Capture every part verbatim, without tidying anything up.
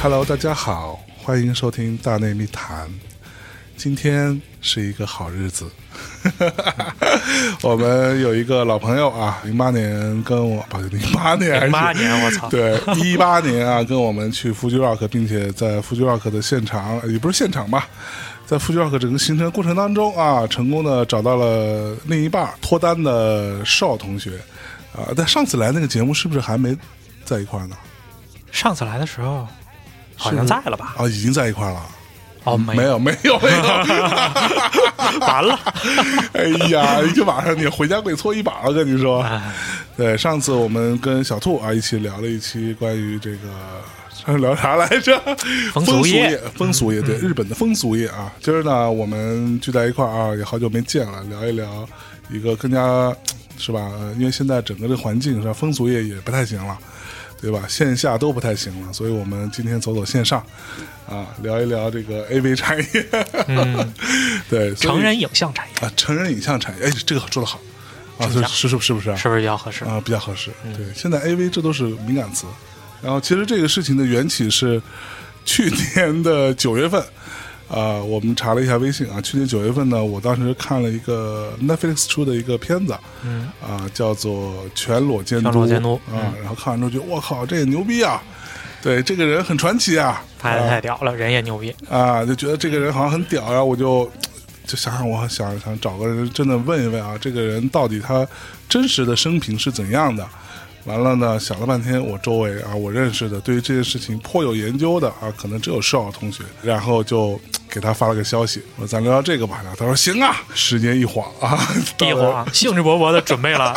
Hello， 大家好，欢迎收听大内密谈。今天是一个好日子，我们有一个老朋友啊，零八年跟我，不是零八年， 零八年，我操， 对，一八年啊，跟我们去Fuji Rock，并且在Fuji Rock的现场，也不是现场吧，在Fuji Rock整个行程过程当中啊，成功的找到了另一半脱单的邵同学啊。但上次来那个节目是不是还没在一块呢？ 上次来的时候好像在了吧？ 啊，已经在一块了。 哦，没没有没有没有， 完了！ 哎呀，一晚上你回家跪搓衣板了，跟你说。对，上次我们跟小兔啊一起聊了一期关于这个聊啥来着？ 风俗业， 风俗业，对， 嗯、 日本的风俗业啊。今儿呢，我们聚在一块啊，也好久没见了，聊一聊一个更加是吧？因为现在整个的环境是吧，风俗业也不太行了。对吧？线下都不太行了，所以我们今天走走线上，啊，聊一聊这个 A V 产业， 嗯， 对， 成人影像产业啊，成人影像产业，哎，这个说得好，啊，是是是是不是啊？ 是不是比较合适啊？比较合适，对，现在 A V 这都是敏感词。然后其实这个事情的缘起是去年的九月份。啊、呃，我们查了一下微信啊，去年九月份呢，我当时看了一个 Netflix 出的一个片子， 嗯， 啊，叫做《全裸监督》， 全裸监督啊，然后看完之后觉得我靠，这也牛逼啊，对，这个人很传奇啊， 拍的太屌了，啊、人也牛逼啊，就觉得这个人好像很屌，然后我就就想想，我想想找个人真的问一问啊，这个人到底他真实的生平是怎样的。完了呢，想了半天，我周围啊，我认识的对于这件事情颇有研究的啊，可能只有邵同学，然后就给他发了个消息，我咱聊聊这个吧。他说行啊，时间一晃啊， 一晃，兴致勃勃的准备了。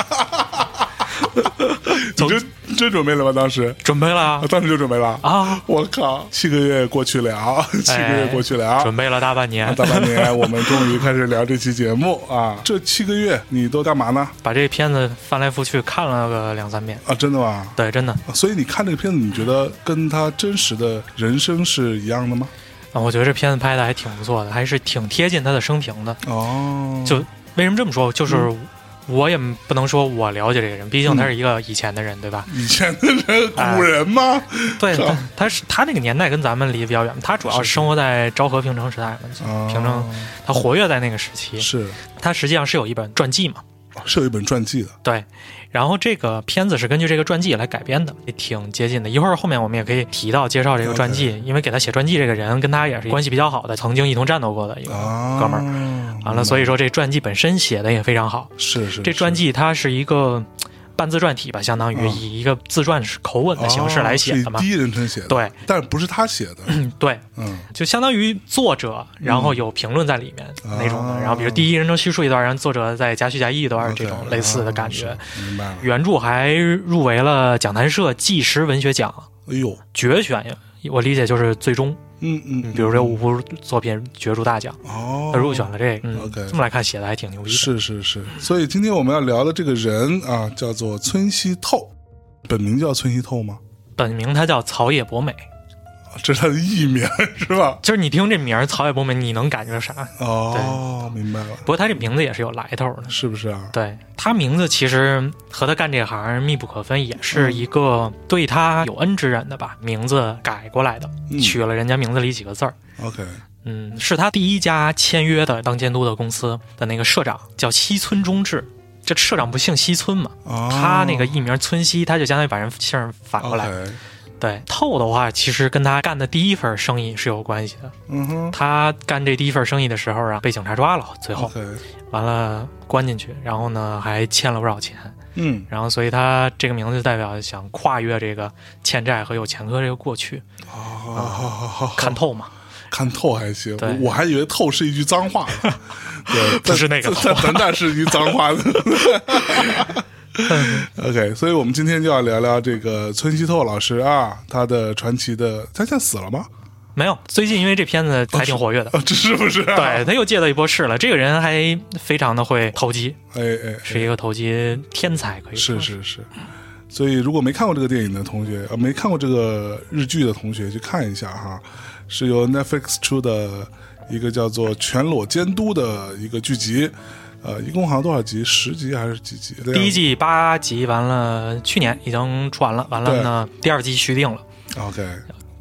你真真准备了吗？当时准备了、啊， 当时就准备了啊！ 我靠，七个月过去了，七个月过去了、哎， 准备了大半年， 大半年，我们终于开始聊这期节目啊！这七个月你都干嘛呢？ 把这片子翻来覆去看了个两三遍啊！真的吗？ 对，真的。 所以你看这个片子，你觉得跟他真实的人生是一样的吗？ 啊，我觉得这片子拍的还挺不错的，还是挺贴近他的生平的。 哦， 就为什么这么说？就是。嗯我也不能说我了解这个人，毕竟他是一个以前的人，嗯、对吧？ 以前的人，古人吗？ 哎、对，他, 他是他那个年代跟咱们离得比较远，他主要生活在昭和平成时代嘛， 哦、 平成他活跃在那个时期。 是， 他实际上是有一本传记嘛， 是有一本传记的。 对，然后这个片子是根据这个传记来改编的，也挺接近的。一会儿后面我们也可以提到介绍这个传记， okay. 因为给他写传记这个人跟他也是关系比较好的，曾经一同战斗过的一个哥们儿。哦完了，所以说这传记本身写的也非常好。 是 是, 是， 这传记它是一个半自传体吧，相当于以一个自传口吻的形式来写的嘛。 哦、是第一人称写的， 对， 但不是他写的。 嗯，对，嗯，就相当于作者，然后有评论在里面、嗯、那种的，然后比如第一人称叙述一段，然后作者再加叙加意一段，这种类似的感觉。 哦、明白了。 原著还入围了讲谈社纪实文学奖， 哎呦， 决选，我理解就是最终。 嗯嗯， 比如说五部作品角逐大奖， 哦， 他入选了这个、嗯、 OK， 这么来看写的还挺牛逼的。 是是是，所以今天我们要聊的这个人啊，叫做村西透，本名叫村西透吗？ 本名他叫草野博美， 这是他的艺名是吧？ 就是你听这名草野博美，你能感觉啥？ 哦，明白了。 不过他这名字也是有来头的， 是不是啊？ 对，他名字其实和他干这行密不可分，也是一个对他有恩之人的吧，名字改过来的，嗯、取了人家名字里几个字儿。 OK， 嗯，是他第一家签约的当监督的公司的那个社长叫西村忠志。这社长不姓西村嘛？哦、他那个艺名村西，他就相当于把人姓反过来。 Okay， 对，透的话其实跟他干的第一份生意是有关系的。 嗯哼， 他干这第一份生意的时候啊，被警察抓了，最后 okay， 完了关进去，然后呢还欠了不少钱。 嗯， 然后所以他这个名字代表想跨越这个欠债和有前科这个过去。 哦，好好好， 看透嘛。 看透还行，我还以为透是一句脏话呢。对， 不是那个透， 咱那是一句脏话呢。OK， 所以我们今天就要聊聊这个村西透老师啊，他的传奇的，他现在死了吗？ 没有，最近因为这片子还挺活跃的， 哦、这是不是、啊？ 对，他又借到一波势了。这个人还非常的会投机， 哎 哎, 哎， 是一个投机天才，可以说是是是。所以如果没看过这个电影的同学，呃，没看过这个日剧的同学，去看一下哈，是由 Netflix 出的一个叫做《全裸监督》的一个剧集。呃，一共好像多少集？十集还是几集？ 第一季八集，完了，去年已经出完了，完了呢，第二季续订了。 OK，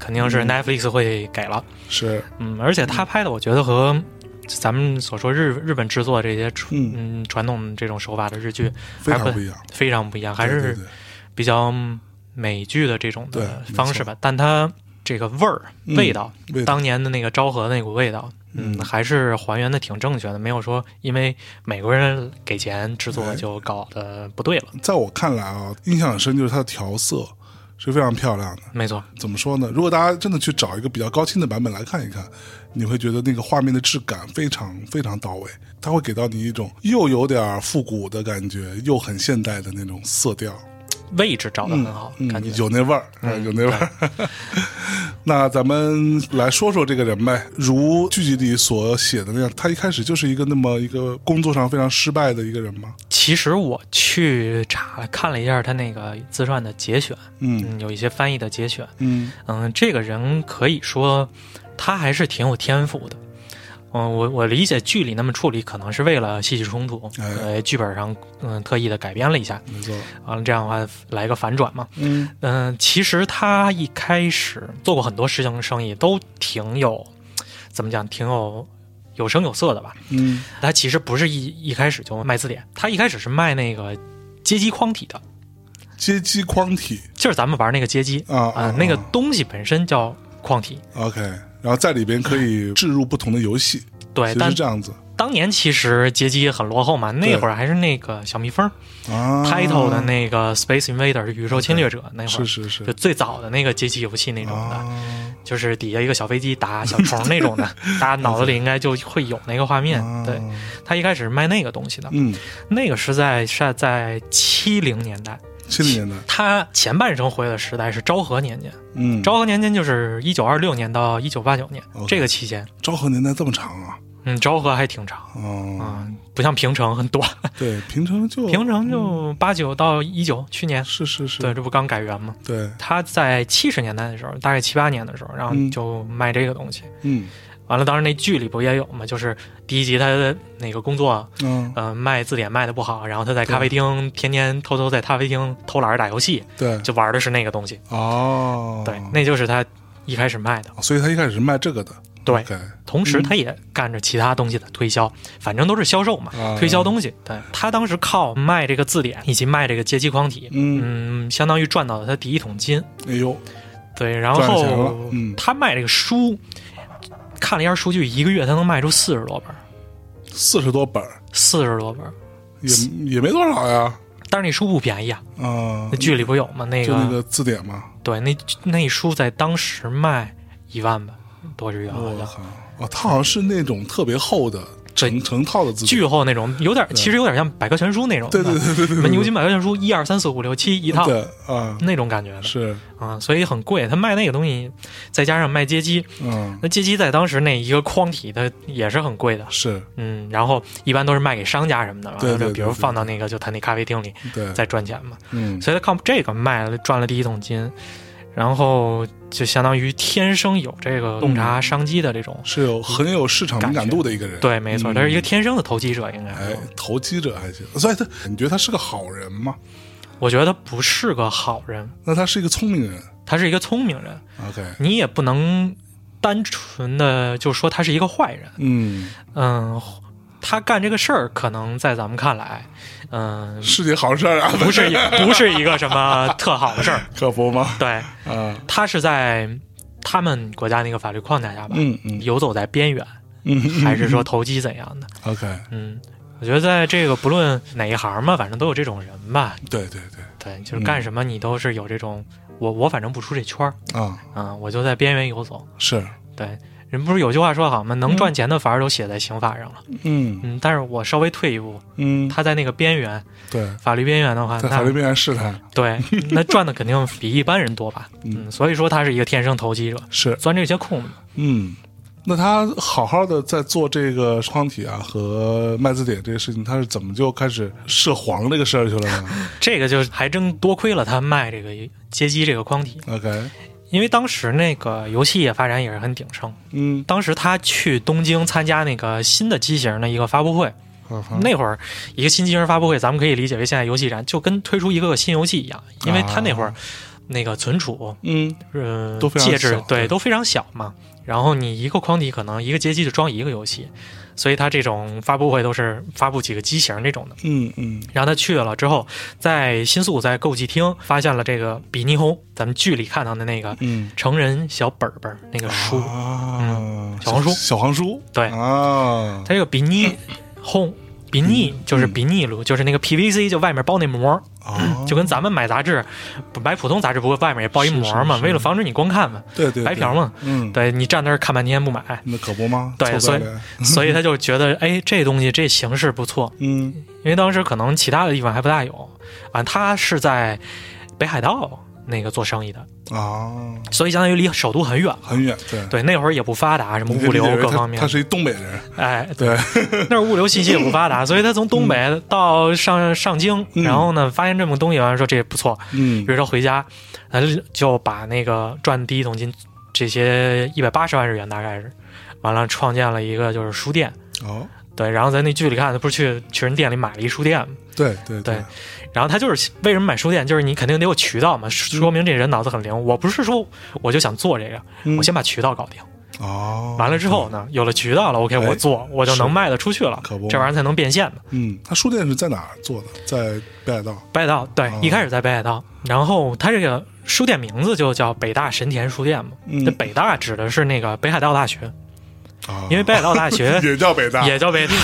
肯定是 Netflix 会给了。 是， 嗯，而且他拍的，我觉得和咱们所说日日本制作这些传嗯传统这种手法的日剧非常不一样， 非常不一样，还是比较美剧的这种的方式吧。但它这个味儿、 嗯、 味道， 味道当年的那个昭和那股味道，嗯，还是还原的挺正确的，没有说因为美国人给钱制作就搞得不对了。 在我看来啊，印象很深就是它的调色是非常漂亮的。 没错， 怎么说呢？如果大家真的去找一个比较高清的版本来看一看，你会觉得那个画面的质感非常非常到位，它会给到你一种又有点复古的感觉，又很现代的那种色调， 位置找得很好， 嗯、 感觉有那味儿、嗯，有那味儿。那咱们来说说这个人呗，如剧集里所写的那样，他一开始就是一个那么一个工作上非常失败的一个人吗？ 其实我去查了看了一下他那个自传的节选， 嗯， 嗯有一些翻译的节选， 嗯嗯，这个人可以说他还是挺有天赋的。嗯，我我理解剧里那么处理，可能是为了戏剧冲突， 哎、 呃，剧本上嗯特意的改编了一下， 没错。 完了这样的话来个反转嘛。 嗯嗯、呃，其实他一开始做过很多事情生意，都挺有怎么讲，挺有有声有色的吧。 嗯， 他其实不是一一开始就卖字典，他一开始是卖那个街机框体的。 街机框体就是咱们玩那个街机啊、 呃、啊，那个东西本身叫框体。 OK。然后在里边可以置入不同的游戏， 对， 但是这样子。 当年其实街机很落后嘛，那会儿还是那个小蜜蜂啊 ，Title 的那个 Space Invader 宇宙侵略者，那会儿是是是， 就最早的那个街机游戏那种的， 啊、 就是底下一个小飞机打小虫那种的，大家脑子里应该就会有那个画面。 啊、 对，他一开始卖那个东西的， 嗯， 那个是在是在七零年代。 七零年代， 他前半生活跃的时代是昭和年间， 嗯， 昭和年间就是一九二六年到一九八九年、okay, 这个期间。 昭和年代这么长啊？ 嗯，昭和还挺长， 哦， 嗯，不像平成很短。 对，平成就平成就八九到一九，去年是是是， 对，这不刚改元吗？ 对， 他在七十年代的时候，大概七八年的时候，然后就卖这个东西， 嗯。 完了，当时那剧里不也有嘛？就是第一集他的那个工作， 嗯， 呃，卖字典卖的不好，然后他在咖啡厅天天偷偷在咖啡厅偷懒打游戏， 对， 就玩的是那个东西。 哦， 对，那就是他一开始卖的， 所以他一开始是卖这个的。 对， okay, 同时他也干着其他东西的推销，嗯、反正都是销售嘛， 啊、 推销东西。对，他当时靠卖这个字典以及卖这个街机框体， 嗯， 嗯相当于赚到了他第一桶金。 哎呦， 对，然后、 嗯、 他卖这个书。看了一下数据，一个月他能卖出四十多本， 四十多本， 四十多本， 也也没多少呀。 但是那书不便宜啊， 啊、呃， 那剧里不有吗？那个就那个字典嘛， 对，那那书在当时卖一万吧，多日元好像。 哦，它好像是那种特别厚的。成成套的字典， 巨厚那种，有点其实有点像百科全书那种。 对对对对对， 什么牛津百科全书一二三四五六七一套， 对啊， 那种感觉的。 是啊，所以很贵。他卖那个东西，再加上卖街机， 嗯， 那街机在当时那一个框体的也是很贵的。 是， 嗯，然后一般都是卖给商家什么的， 对对对对， 比如放到那个就他那咖啡厅里， 对， 再赚钱嘛。 嗯， 所以他靠这个卖了赚了第一桶金。然后就相当于天生有这个洞察商机的这种、 嗯，是有很有市场敏感度的一个人。 对，没错， 嗯、 他是一个天生的投机者，应该是。 哎，投机者还行。所以他，你觉得他是个好人吗？ 我觉得他不是个好人。 那他是一个聪明人。 他是一个聪明人。 OK， 你也不能单纯的就说他是一个坏人。 嗯嗯。他干这个事儿，可能在咱们看来，嗯、呃， 是件好事儿啊， 不是不是一个什么特好的事儿， 可不吗？ 对， 啊、呃， 他是在他们国家那个法律框架下吧， 嗯嗯， 游走在边缘， 嗯， 还是说投机怎样的 ？OK， 嗯，我觉得在这个不论哪一行嘛，反正都有这种人吧。 对对对对，就是干什么你都是有这种，嗯、我我反正不出这圈儿啊， 嗯，我就在边缘游走。 是， 对。人不是有句话说好吗？能赚钱的反而都写在刑法上了。 嗯嗯，但是我稍微退一步， 嗯， 他在那个边缘， 对法律边缘的话， 在法律边缘试探， 对，那赚的肯定比一般人多吧？嗯，所以说他是一个天生投机者， 是钻这些空子。 嗯，那他好好的在做这个框体啊和卖字典这些事情，他是怎么就开始涉黄这个事儿去了呢？ 这个就还真多亏了他卖这个街机这个框体。 OK。 因为当时那个游戏业发展也是很鼎盛， 嗯， 当时他去东京参加那个新的机型的一个发布会， 嗯、 那会儿一个新机型发布会，咱们可以理解为现在游戏展，就跟推出一个新游戏一样，因为他那会儿那个存储， 嗯， 呃， 都非常介质小对对都非常小嘛。然后你一个框体可能一个街机就装一个游戏，所以他这种发布会都是发布几个机型这种的。 嗯嗯， 然后他去了之后，在新宿在购物厅发现了这个比霓虹，咱们剧里看到的那个嗯成人小本本那个书， 啊， 嗯小黄书小黄书， 对啊， 它这个比霓虹。比逆就是比逆路，就是那个 P V C， 就外面包那膜， 哦， 就跟咱们买杂志，买普通杂志，不过外面也包一膜嘛， 是是是为了防止你光看嘛， 对对， 白嫖嘛， 嗯， 对你站那儿看半天不买， 那可不吗？ 对，所以所以他就觉得，哎，这东西这形式不错， 嗯， 因为当时可能其他的地方还不大有，反正他是在北海道那个做生意的啊， 所以相当于离首都很远， 很远，对对，那会儿也不发达，什么物流各方面， 他是一东北人， 哎， 对， 那会儿物流信息也不发达，所以他从东北到上上京， 嗯、 然后呢，发现这么东西，完了说这也不错， 嗯， 比如说回家，他就把那个赚第一桶金这些一百八十万日元大概是，完了创建了一个就是书店， 哦。 对，然后在那剧里看，他不是去去人店里买了一书店吗？ 对对对, 对，然后他就是为什么买书店，就是你肯定得有渠道嘛，说明这人脑子很灵。我不是说我就想做这个， 嗯、 我先把渠道搞定。 哦， 完了之后呢，有了渠道了 ，OK，我做我就能卖得出去了， 可不， 这玩意儿才能变现的。 嗯，他书店是在哪儿做的？在北海道。 北海道对、 哦， 一开始在北海道，然后他这个书店名字就叫北大神田书店嘛。这、嗯、北大指的是那个北海道大学。 哦、 因为北海道大学也叫北大， 也叫北大，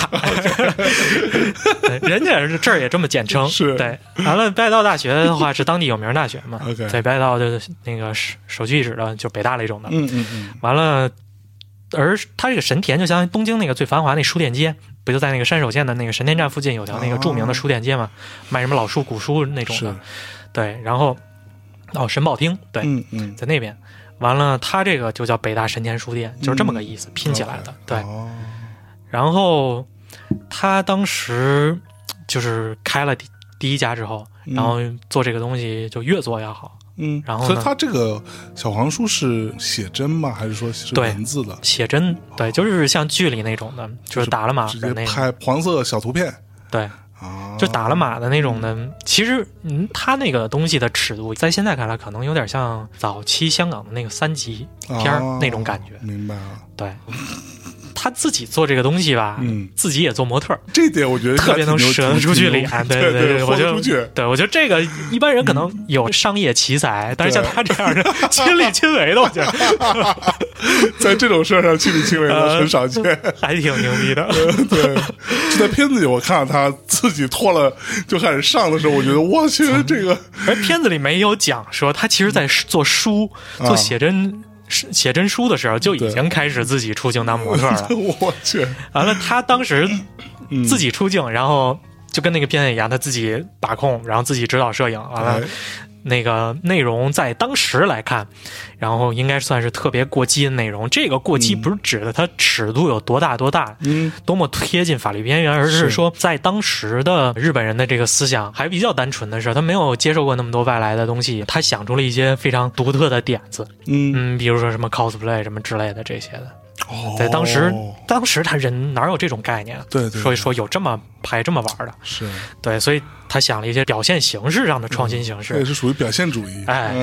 人家是这儿也这么简称。 是对，完了北海道大学的话是当地有名大学嘛， okay. 在北海道就是那个首屈一指的就北大那种的。 嗯嗯嗯。 完了，而它这个神田就相当于东京那个最繁华那书店街，不就在那个山手线的那个神田站附近有条那个著名的书店街嘛，哦、卖什么老书古书那种的。对，然后哦神保町对， 嗯嗯， 在那边。完了，他这个就叫北大神田书店，就是这么个意思，嗯、拼起来的。Okay, 对、哦，然后他当时就是开了第第一家之后， 嗯、 然后做这个东西就越做越好。 嗯， 然后所以他这个小黄书是写真吗？还是说是文字的？ 写真，对，就是像剧里那种的，就是打了码的那种， 直接拍黄色小图片。 对。就打了码的那种的，其实嗯，他那个东西的尺度，在现在看来可能有点像早期香港的那个三级片、哦、那种感觉。 明白了。 对，他自己做这个东西吧， 嗯， 自己也做模特， 这点我觉得特别能舍得出去脸。对对对, 对，我觉得， 对我觉得这个一般人可能有商业奇才，嗯、但是像他这样的亲力亲为的，我觉得在这种事上亲力亲为的很少见， 呃、还挺牛逼的。 呃、对，就在片子里我看到他自己脱了就开始上的时候，我觉得我去这个， 而片子里没有讲说他其实在做书、嗯、做写真。啊写真书的时候就已经开始自己出镜当模特了， 我去！ 完了，他当时自己出镜，然后就跟那个片子一样，他自己把控，然后自己指导摄影，完了。那个内容在当时来看，然后应该算是特别过激的内容。这个过激不是指的它尺度有多大多大， 嗯， 多么贴近法律边缘，而是说在当时的日本人的这个思想还比较单纯的是，他没有接受过那么多外来的东西，他想出了一些非常独特的点子， 嗯嗯，比如说什么 cosplay 什么之类的这些的。 哦， 在当时，当时他人哪有这种概念？ 对 对, 对， 所以说有这么拍这么玩的， 是对，所以他想了一些表现形式上的创新形式， 这、嗯、也是属于表现主义， 哎，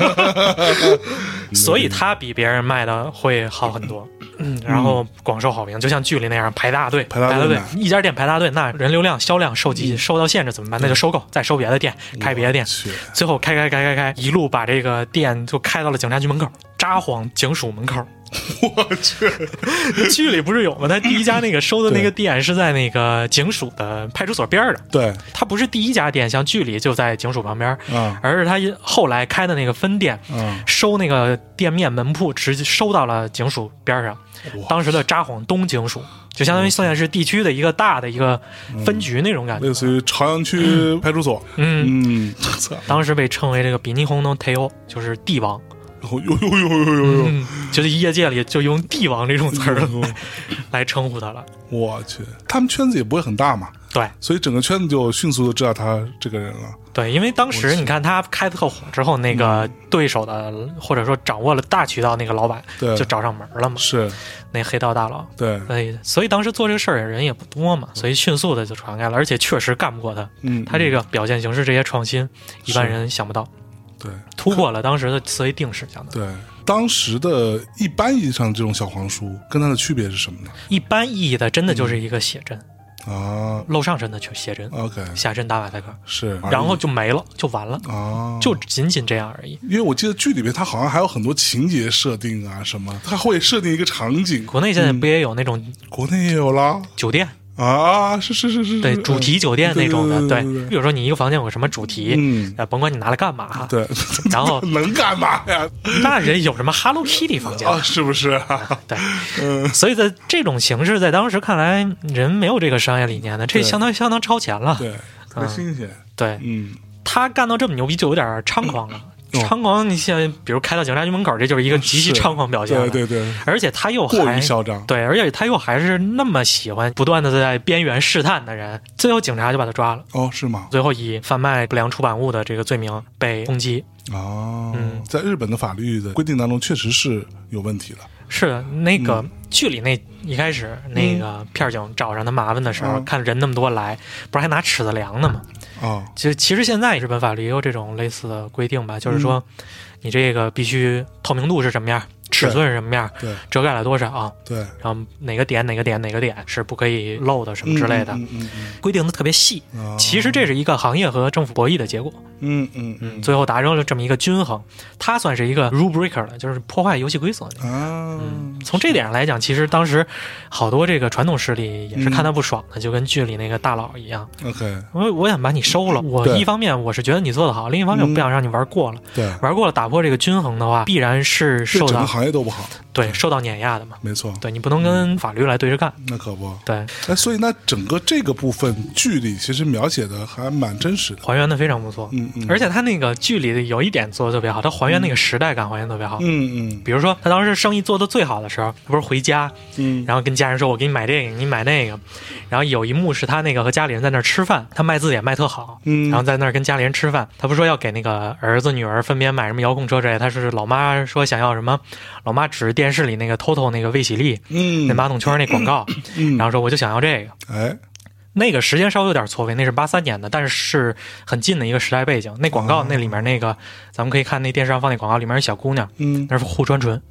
所以他比别人卖的会好很多，嗯，然后广受好评，就像剧里那样排大队， 排大队， 一家店排大队，那人流量销量受极受到限制怎么办？那就收购，再收别的店，开别的店，最后开开开开开，一路把这个店就开到了警察局门口，札幌警署门口。 我去， 剧里不是有吗？他第一家那个收的那个店是在那个警署的派出所边的。 对， 他不是第一家店，像剧里就在警署旁边， 嗯， 而是他后来开的那个分店， 嗯， 收那个店面门铺直接收到了警署边上。当时的札幌东警署就相当于算是地区的一个大的一个分局那种感觉， 嗯、类似于朝阳区派出所。 嗯嗯，当时被称为这个比尼红东 Teo， 就是帝王。 呦呦呦呦呦呦！ 嗯，就是业界里就用帝王这种词儿来来称呼他了。 我去，他们圈子也不会很大嘛， 对， 所以整个圈子就迅速的知道他这个人了。 对，因为当时你看他开特火之后，那个对手的、嗯、或者说掌握了大渠道那个老板就找上门了嘛， 是那黑道大佬。 对， 对，所以当时做这个事儿的人也不多嘛，所以迅速的就传开了，而且确实干不过他。 嗯， 他这个表现形式这些创新，一般人想不到。 对， 突破了当时的思维定式，相当对。当时的一般意义上这种小黄书跟它的区别是什么呢？ 一般意义的真的就是一个写真。 啊， 露上身的去写真 ，OK， 下身打马赛克是， 然后就没了，就完了啊， 就仅仅这样而已。 因为我记得剧里面它好像还有很多情节设定啊，什么，它会设定一个场景。 国内现在不也有那种、 嗯、国内也有啦， 酒店啊，是是是是， 对，主题酒店那种的， 对， 对， 对， 对， 对，比如说你一个房间有个什么主题，嗯，甭管你拿来干嘛， 对， 然后能干嘛呀？ 那人有什么 Hello Kitty 房间啊？是不是、啊？ 对， 嗯， 所以在这种形式，在当时看来，人没有这个商业理念的，这相当相当超前了， 对，特别新鲜、嗯， 对， 嗯， 他干到这么牛逼，就有点猖狂了。猖狂，你像比如开到警察局门口，这就是一个极其猖狂表现了。 对对对， 而且他又过于嚣张， 对，而且他又还是那么喜欢不断的在边缘试探的人，最后警察就把他抓了。 哦，是吗？ 最后以贩卖不良出版物的这个罪名被通缉。 哦， 嗯， 在日本的法律的规定当中，确实是有问题的。 是的，那个、嗯、剧里那一开始那个片警找上他麻烦的时候、嗯，看人那么多来，不是还拿尺子量呢吗？ 哦， 其实其实现在日本法律也有这种类似的规定吧，就是说，你这个必须透明度是什么样，尺寸是什么样， 对， 遮盖了多少， 对， 然后哪个点哪个点哪个点是不可以漏的什么之类的， 嗯嗯嗯嗯、 规定的特别细、 哦。 其实这是一个行业和政府博弈的结果。 嗯嗯嗯， 最后达成了这么一个均衡，它算是一个 rule breaker 了，就是破坏游戏规则的。 啊， 嗯，从这点上来讲，其实当时好多这个传统势力也是看他不爽的，嗯、就跟剧里那个大佬一样。 OK， 我我想把你收了，我一方面我是觉得你做得好，另一方面我不想让你玩过了。 对、 嗯，玩过了打破这个均衡的话，必然是受到整个行业都不好。 对，受到碾压的嘛。 没错， 对你不能跟法律来对着干。 那可不。 对， 哎，所以那整个这个部分剧里其实描写的还蛮真实的， 还原的非常不错。 嗯嗯， 而且他那个剧里的有一点做的特别好，他还原那个时代感还原特别好。 嗯嗯， 比如说他当时生意做的最好的时候，他不是回家， 嗯， 然后跟家人说：“我给你买这个，你买那个。”然后有一幕是他那个和家里人在那儿吃饭，他卖字典卖特好， 嗯， 然后在那儿跟家里人吃饭。他不是说要给那个儿子女儿分别买什么遥控车之类，他是老妈说想要什么，老妈指着电视里那个 Toto 那个卫喜力， 嗯， 那马桶圈那广告， 嗯， 然后说我就想要这个， 哎。 那个时间稍微有点错位，那是八三年的，但是是很近的一个时代背景。那广告那里面那个，哦、咱们可以看那电视上放那广告，里面有小姑娘， 嗯， 那是护川纯。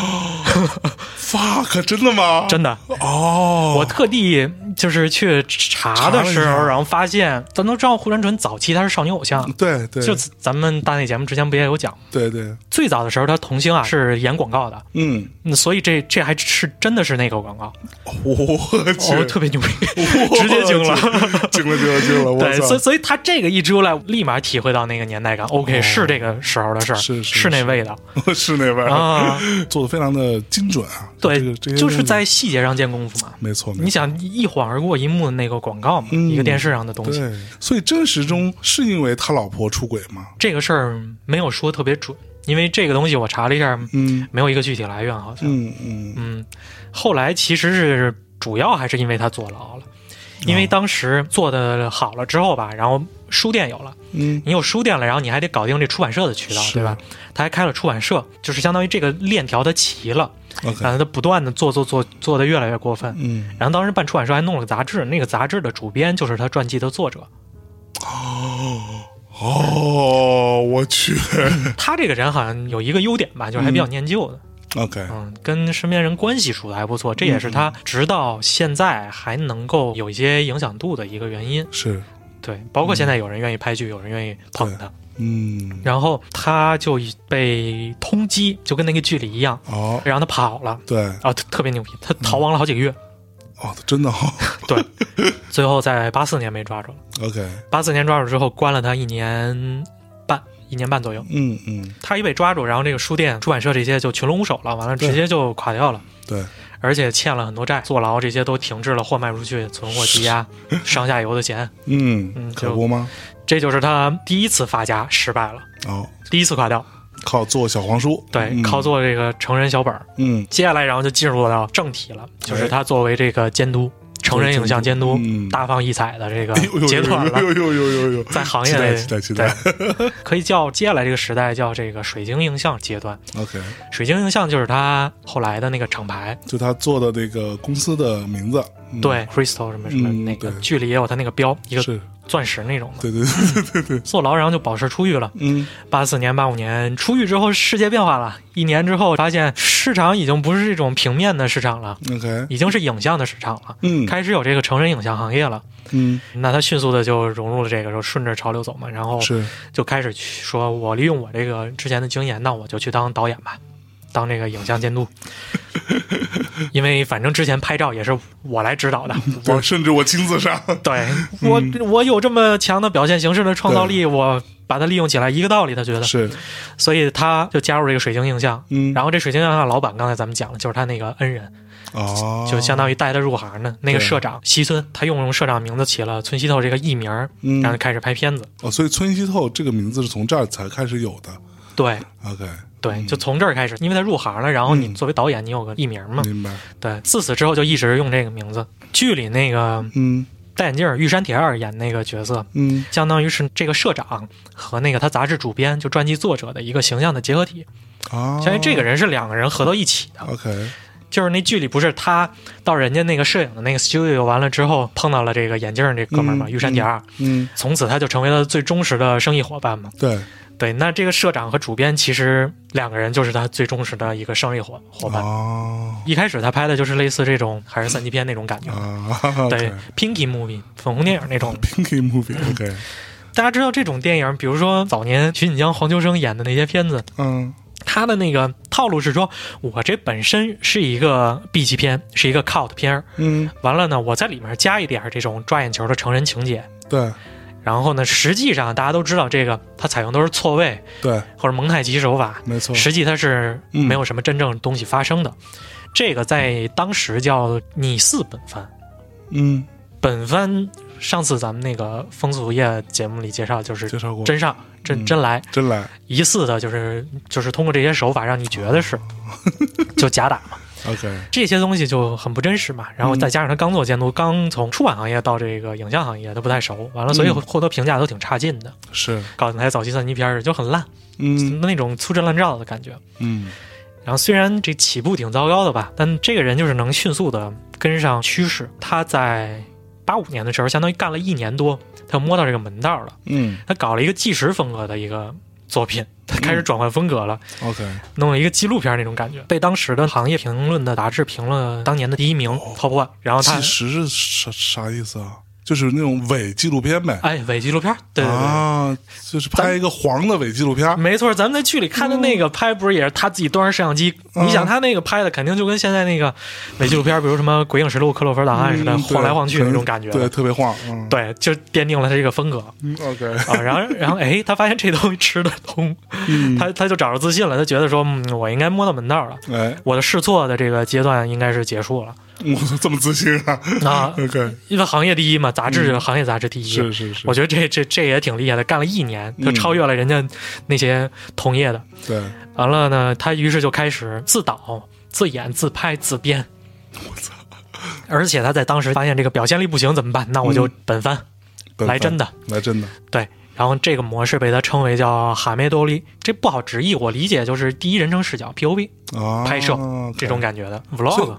fuck， 真的吗？ 真的哦， 我特地就是去查的时候，然后发现，咱都知道护川纯早期他是少女偶像， 对对， 就咱们大内节目之前不也有讲？ 对对， 最早的时候他童星啊是演广告的， 嗯， 所以这这还是真的是那个广告， 我去， 哦，特别牛逼，直接惊了， 惊了惊了惊了， 对，所以所以他这个一出来，立马体会到那个年代感。OK，、哦、是这个时候的事儿， 是是是那味道， 是那味啊， 做的非常的精准啊。 对， 这个这些就是在细节上见功夫嘛。 没错， 你想一晃而过一幕的那个广告嘛、嗯，一个电视上的东西。 对，所以真实中是因为他老婆出轨吗？ 这个事儿没有说特别准，因为这个东西我查了一下， 嗯， 没有一个具体来源，好像。 嗯嗯嗯，后来其实是主要还是因为他坐牢了。因为当时做的好了之后吧，然后书店有了， 嗯， 你有书店了，然后你还得搞定这出版社的渠道，对吧？他还开了出版社，就是相当于这个链条他齐了， okay, 然后他不断的做做做做的越来越过分， 嗯， 然后当时办出版社还弄了个杂志，那个杂志的主编就是他传记的作者。 哦哦，我去， 他这个人好像有一个优点吧，就是还比较念旧的。 嗯OK， 嗯，跟身边人关系处的还不错，这也是他直到现在还能够有一些影响度的一个原因。 是， 对，包括现在有人愿意拍剧，嗯、有人愿意捧他。 嗯， 然后他就被通缉，就跟那个剧里一样， 哦， 让他跑了。 对， 啊，特别牛逼，他逃亡了好几个月。 嗯、哦，真的哦。 对，最后在八四年被抓住了。 OK， 八四年抓住之后，关了他一年半。一年半左右， 嗯嗯， 他一被抓住，然后这个书店、出版社这些就群龙无首了，完了直接就垮掉了。 对， 而且欠了很多债，坐牢这些都停滞了，货卖不出去，存货积压，上下游的钱， 嗯嗯，可不吗？ 这就是他第一次发家失败了， 哦， 第一次垮掉， 靠做小黄书， 对，嗯、靠做这个成人小本， 嗯， 接下来然后就进入到正题了，就是他作为这个监督。成人影像监督、嗯、大放异彩的这个阶段了， 有有有有有， 在行业内期待期待期待，可以叫接下来这个时代叫这个水晶映像阶段。 OK， 水晶映像就是他后来的那个厂牌， 就他做的那个公司的名字。 嗯、 对 crystal 什么什么那个、嗯、剧里也有他那个标，一个钻石那种的。 对对对对对。 坐牢然后就保释出狱了。 嗯， 八四年、八五年出狱之后，世界变化了。一年之后，发现市场已经不是这种平面的市场了 ，OK， 已经是影像的市场了。 嗯， 开始有这个成人影像行业了。 嗯， 那他迅速的就融入了这个，就顺着潮流走嘛。然后是就开始说，我利用我这个之前的经验，那我就去当导演吧。当这个影像监督，因为反正之前拍照也是我来指导的， 我甚至我亲自上， 对我、嗯、我有这么强的表现形式的创造力，我把它利用起来，一个道理，他觉得是， 所以他就加入这个水晶映像， 嗯， 然后这水晶映像老板刚才咱们讲了，就是他那个恩人。 哦， 就相当于带他入行的那个社长西村，他用社长名字起了村西透这个艺名，嗯，然后开始拍片子。 哦，所以村西透这个名字是从这儿才开始有的。 对 ，OK。 对，就从这儿开始，因为他入行了，然后你作为导演，你有个艺名嘛， 明白？ 对，自此之后就一直用这个名字。剧里那个， 嗯， 戴眼镜玉山铁二演那个角色， 嗯， 相当于是这个社长和那个他杂志主编，就传记作者的一个形象的结合体。 啊， 相当于这个人是两个人合到一起的。 OK， 就是那剧里不是他到人家那个摄影的那个 studio 完了之后，碰到了这个眼镜这哥们儿嘛，玉山铁二， 嗯， 从此他就成为了最忠实的生意伙伴嘛。 对。 对，那这个社长和主编其实两个人就是他最忠实的一个生意伙伙伴。 哦， 一开始他拍的就是类似这种还是三级片那种感觉， 啊、 对 ，Pinky Movie 粉红电影那种。 Pinky Movie，OK、okay。 大家知道这种电影，比如说早年徐锦江、黄秋生演的那些片子， 嗯， 他的那个套路是说，我这本身是一个 B 级片，是一个 cult 片， 嗯， 完了呢，我在里面加一点这种抓眼球的成人情节， 对。 然后呢，实际上大家都知道，这个它采用都是错位， 对， 或者蒙太奇手法， 没错。 实际它是没有什么真正东西发生的。嗯、这个在当时叫拟似本番， 嗯， 本番上次咱们那个风俗业节目里介绍，就是介绍过真上真、嗯、真来真来， 疑似的就是就是通过这些手法让你觉得是，就假打嘛。 OK， 这些东西就很不真实嘛，然后再加上他刚做监督，嗯、刚从出版行业到这个影像行业，他不太熟，完了，所以获得评价都挺差劲的。 是， 搞台早期三级片就很烂， 嗯， 那种粗制滥造的感觉， 嗯。 然后虽然这起步挺糟糕的吧，但这个人就是能迅速的跟上趋势。他在八五年的时候，相当于干了一年多，他摸到这个门道了。 嗯， 他搞了一个纪实风格的一个作品。他开始转换风格了、 嗯、，OK， 弄了一个纪录片那种感觉，被当时的行业评论的杂志评了当年的第一名、哦、Top One。然后他纪实是啥啥意思啊？就是那种伪纪录片呗。 哎，伪纪录片，对对对， 啊，就是拍一个黄的伪纪录片。 没错，咱们在剧里看的那个拍，不是也是他自己端着摄像机？嗯、你想他那个拍的，肯定就跟现在那个伪纪录片，比如什么《鬼影实录》《克洛弗档案》似的， 嗯、 晃来晃去那种感觉。 对，特别晃。嗯、 对，就奠定了他这个风格。 嗯、OK 啊，然后然后哎，他发现这东西吃得通， 嗯、 他他就找着自信了，他觉得说，嗯，我应该摸到门道了。 哎， 我的试错的这个阶段应该是结束了。 我这么自信啊！ 啊 ，OK， 因为行业第一嘛，杂志、嗯、行业杂志第一， 是是是。 我觉得这这这也挺厉害的，干了一年，就超越了人家那些同业的。 嗯、对， 完了呢，他于是就开始自导、自演、自拍、自编。 我操！ 而且他在当时发现这个表现力不行怎么办？那我就本番， 嗯、 来真的， 来真的。 对。然后这个模式被他称为叫哈梅多利，这不好直译，我理解就是第一人称视角 P O V、 啊、 拍摄、okay、这种感觉的 vlog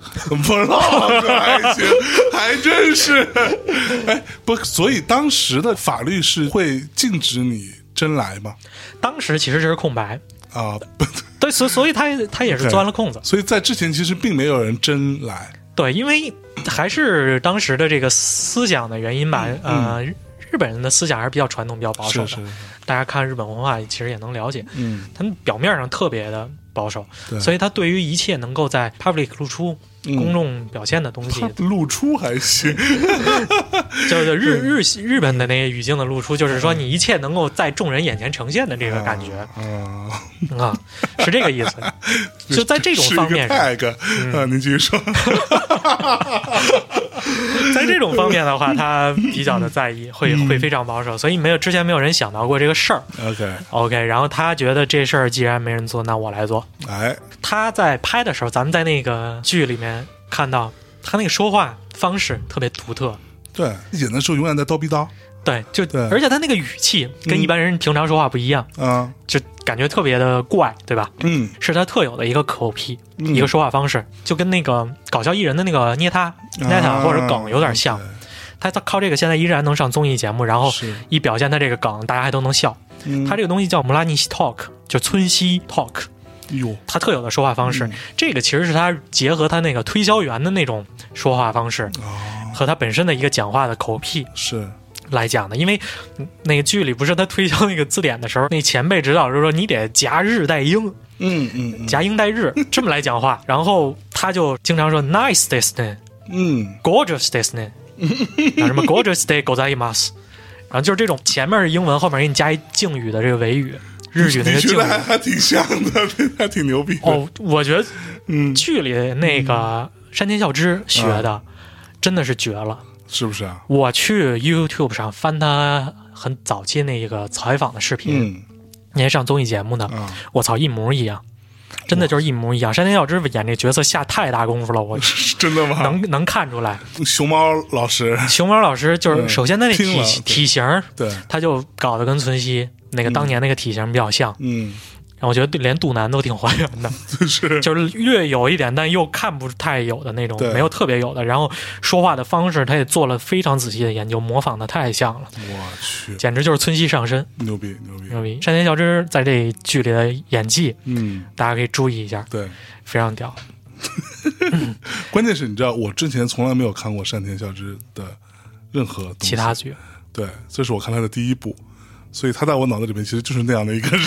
vlog 还行，还真是。哎，不，所以当时的法律是会禁止你真来吗？ 当时其实这是空白啊， 对，所所以他他也是钻了空子。 Okay, 所以在之前其实并没有人真来。 对，因为还是当时的这个思想的原因吧， 嗯、 呃。日本人的思想还是比较传统、比较保守的。 是是是， 大家看日本文化其实也能了解， 嗯， 他们表面上特别的保守， 对， 所以他对于一切能够在 public 露出、 嗯、 公众表现的东西， 露出还行， 就是日日日本的那个语境的露出，就是说你一切能够在众人眼前呈现的这个感觉， 啊、 嗯、啊，是这个意思。就在这种方面上， 是一个 tag、嗯、啊，您继续说。 在这种方面的话，他比较的在意，会会非常保守，所以没有之前没有人想到过这个事儿。 OK OK， 然后他觉得这事儿既然没人做，那我来做。 哎， 他在拍的时候，咱们在那个剧里面看到他那个说话方式特别独特。 对，演的时候永远在叨逼叨。 对，就对， 而且他那个语气跟一般人平常说话不一样。 嗯， 就感觉特别的怪，对吧？ 嗯， 是他特有的一个口癖，嗯、一个说话方式，就跟那个搞笑艺人的那个捏他、捏他或者梗有点像。他他靠这个现在依然能上综艺节目，然后一表现他这个梗，大家还都能笑。嗯、他这个东西叫姆拉尼西 talk， 就村西 talk。 哟， 他特有的说话方式，嗯、这个其实是他结合他那个推销员的那种说话方式，哦、和他本身的一个讲话的口癖是来讲的。因为那个剧里不是他推销那个字典的时候，那前辈指导就是说你得夹日带英， 嗯嗯，嗯夹英带日这么来讲话，然后他就经常说 nice this day， 嗯 ，gorgeous this day， 然后什么 gorgeous day ございます，然后就是这种前面是英文，后面给你加一敬语的这个尾语。日语那个敬语还还挺像的，还挺牛逼的。 哦，我觉得，嗯，剧里那个山田孝之学的、嗯、真的是绝了， 是不是啊？ 我去 YouTube 上翻他很早期那个采访的视频，嗯，你还上综艺节目呢，嗯、我操，一模一样，真的就是一模一样。山田孝之演这角色下太大功夫了，我真的吗？ 能能看出来。熊猫老师， 熊猫老师就是首先他那体、嗯、体型， 对， 他就搞得跟村西。那个当年那个体型比较像， 嗯， 然后我觉得连肚腩都挺还原的， 是就是略有一点，但又看不太有的那种，没有特别有的。然后说话的方式，他也做了非常仔细的研究，模仿的太像了， 我去， 简直就是村西上身， 牛逼牛逼牛逼！山田孝之在这剧里的演技， 嗯， 大家可以注意一下， 对， 非常屌。 关键是你知道，我之前从来没有看过山田孝之的任何东西其他剧， 对，这是我看他的第一部。所以他在我脑子里面其实就是那样的一个人。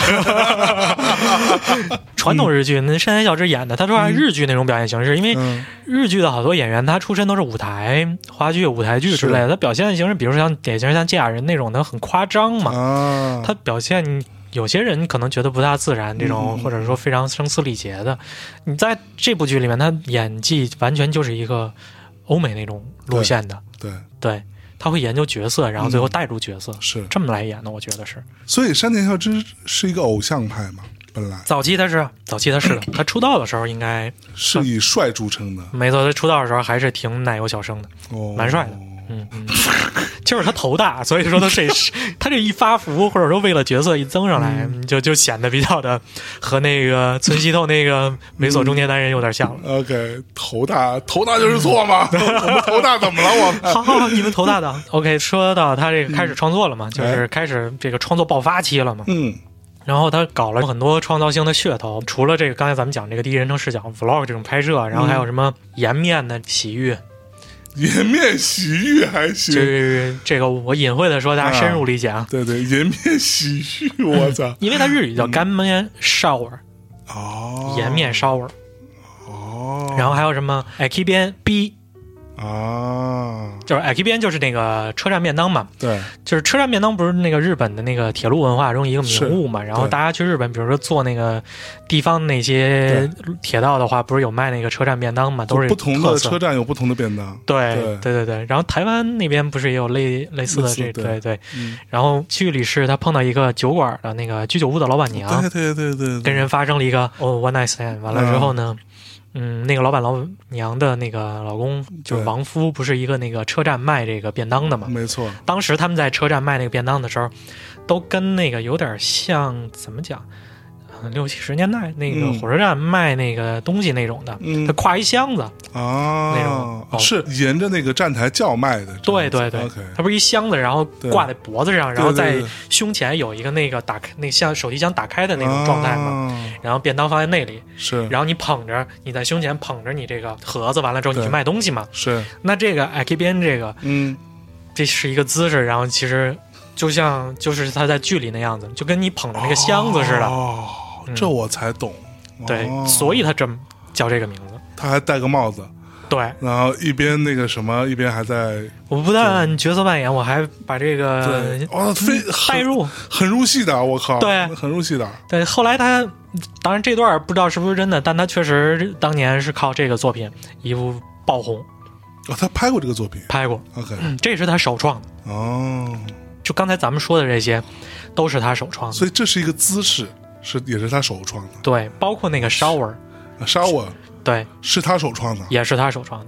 传统日剧，那山田孝之演的，他说还日剧那种表现形式，因为日剧的好多演员他出身都是舞台、话剧、舞台剧之类的，他表现形式，比如说像典型像芥雅人那种的很夸张嘛， 啊、 他表现有些人可能觉得不大自然，这种、嗯、或者说非常声嘶力竭的，你在这部剧里面，他演技完全就是一个欧美那种路线的， 对对, 对。他会研究角色，然后最后带入角色， 嗯、是这么来演的，我觉得是。 所以山田孝之是一个偶像派嘛，本来早期他是早期他是的，他出道的时候应该是以帅著称的， 没错，他出道的时候还是挺奶油小生的， 哦， 蛮帅的，嗯嗯，就是他头大，所以说他这他这一发福，或者说为了角色一增上来，嗯、就就显得比较的和那个村西透那个猥琐中年男人有点像了。 嗯、OK， 头大头大就是错吗？我们头大怎么了？我们好好好，你们头大的。OK， 说到他这个开始创作了嘛，嗯、就是开始这个创作爆发期了嘛。 嗯。 然后他搞了很多创造性的噱头，除了这个刚才咱们讲这个第一人称视角 vlog 这种拍摄，然后还有什么颜面的洗浴。 颜面洗浴还行， 就是这个我隐晦的说，大家深入理解啊。 啊对对，颜面洗浴，我操、 嗯！因为它日语叫干面 shower， 哦， 颜面 shower， 哦， 然后还有什么 aki 边 b 啊， 就是 aki 边就是那个车站便当嘛， 对， 就是车站便当不是那个日本的那个铁路文化中一个名物嘛，然后大家去日本，比如说坐那个地方那些铁道的话，不是有卖那个车站便当嘛，都是不同的车站有不同的便当， 对对对对对。然后台湾那边不是也有类类似的这对对, 对、嗯、然后剧里是他碰到一个酒馆的那个居酒屋的老板娘， 对对对 对, 对， 跟人发生了一个哦 one night stand， 完了之后呢。嗯嗯，那个老板老娘的那个老公就是王夫，不是一个那个车站卖这个便当的嘛？ 没错。 当时他们在车站卖那个便当的时候，都跟那个有点像，怎么讲？六七十年代那个火车站卖那个东西那种的， 嗯、 他挎一箱子啊， 那种、 哦、是沿着那个站台叫卖的。 对对对， okay 他不是一箱子，然后挂在脖子上，然后在胸前有一个那个打开，那像手提箱打开的那种状态嘛。啊、然后便当放在那里， 是， 然后你捧着，你在胸前捧着你这个盒子，完了之后你去卖东西嘛。 是， 那这个 aki 边这个， 嗯， 这是一个姿势，然后其实就像就是他在剧里那样子，就跟你捧着那个箱子似的。 哦。这我才懂， 嗯、对、 哦， 所以他这么叫这个名字。 他还戴个帽子， 对， 然后一边那个什么，一边还在。 我不但角色扮演，我还把这个哦，非带入， 很入戏的，我靠， 对， 很入戏的。 对，后来他，当然这段不知道是不是真的，但他确实当年是靠这个作品一部爆红。 哦，他拍过这个作品， 拍过。 OK， 嗯，这是他首创的。 哦， 就刚才咱们说的这些，都是他首创的。 所以这是一个姿势。是，也是他首创的。 对，包括那个 shower，shower， shower， 对， 是他首创的， 也是他首创的。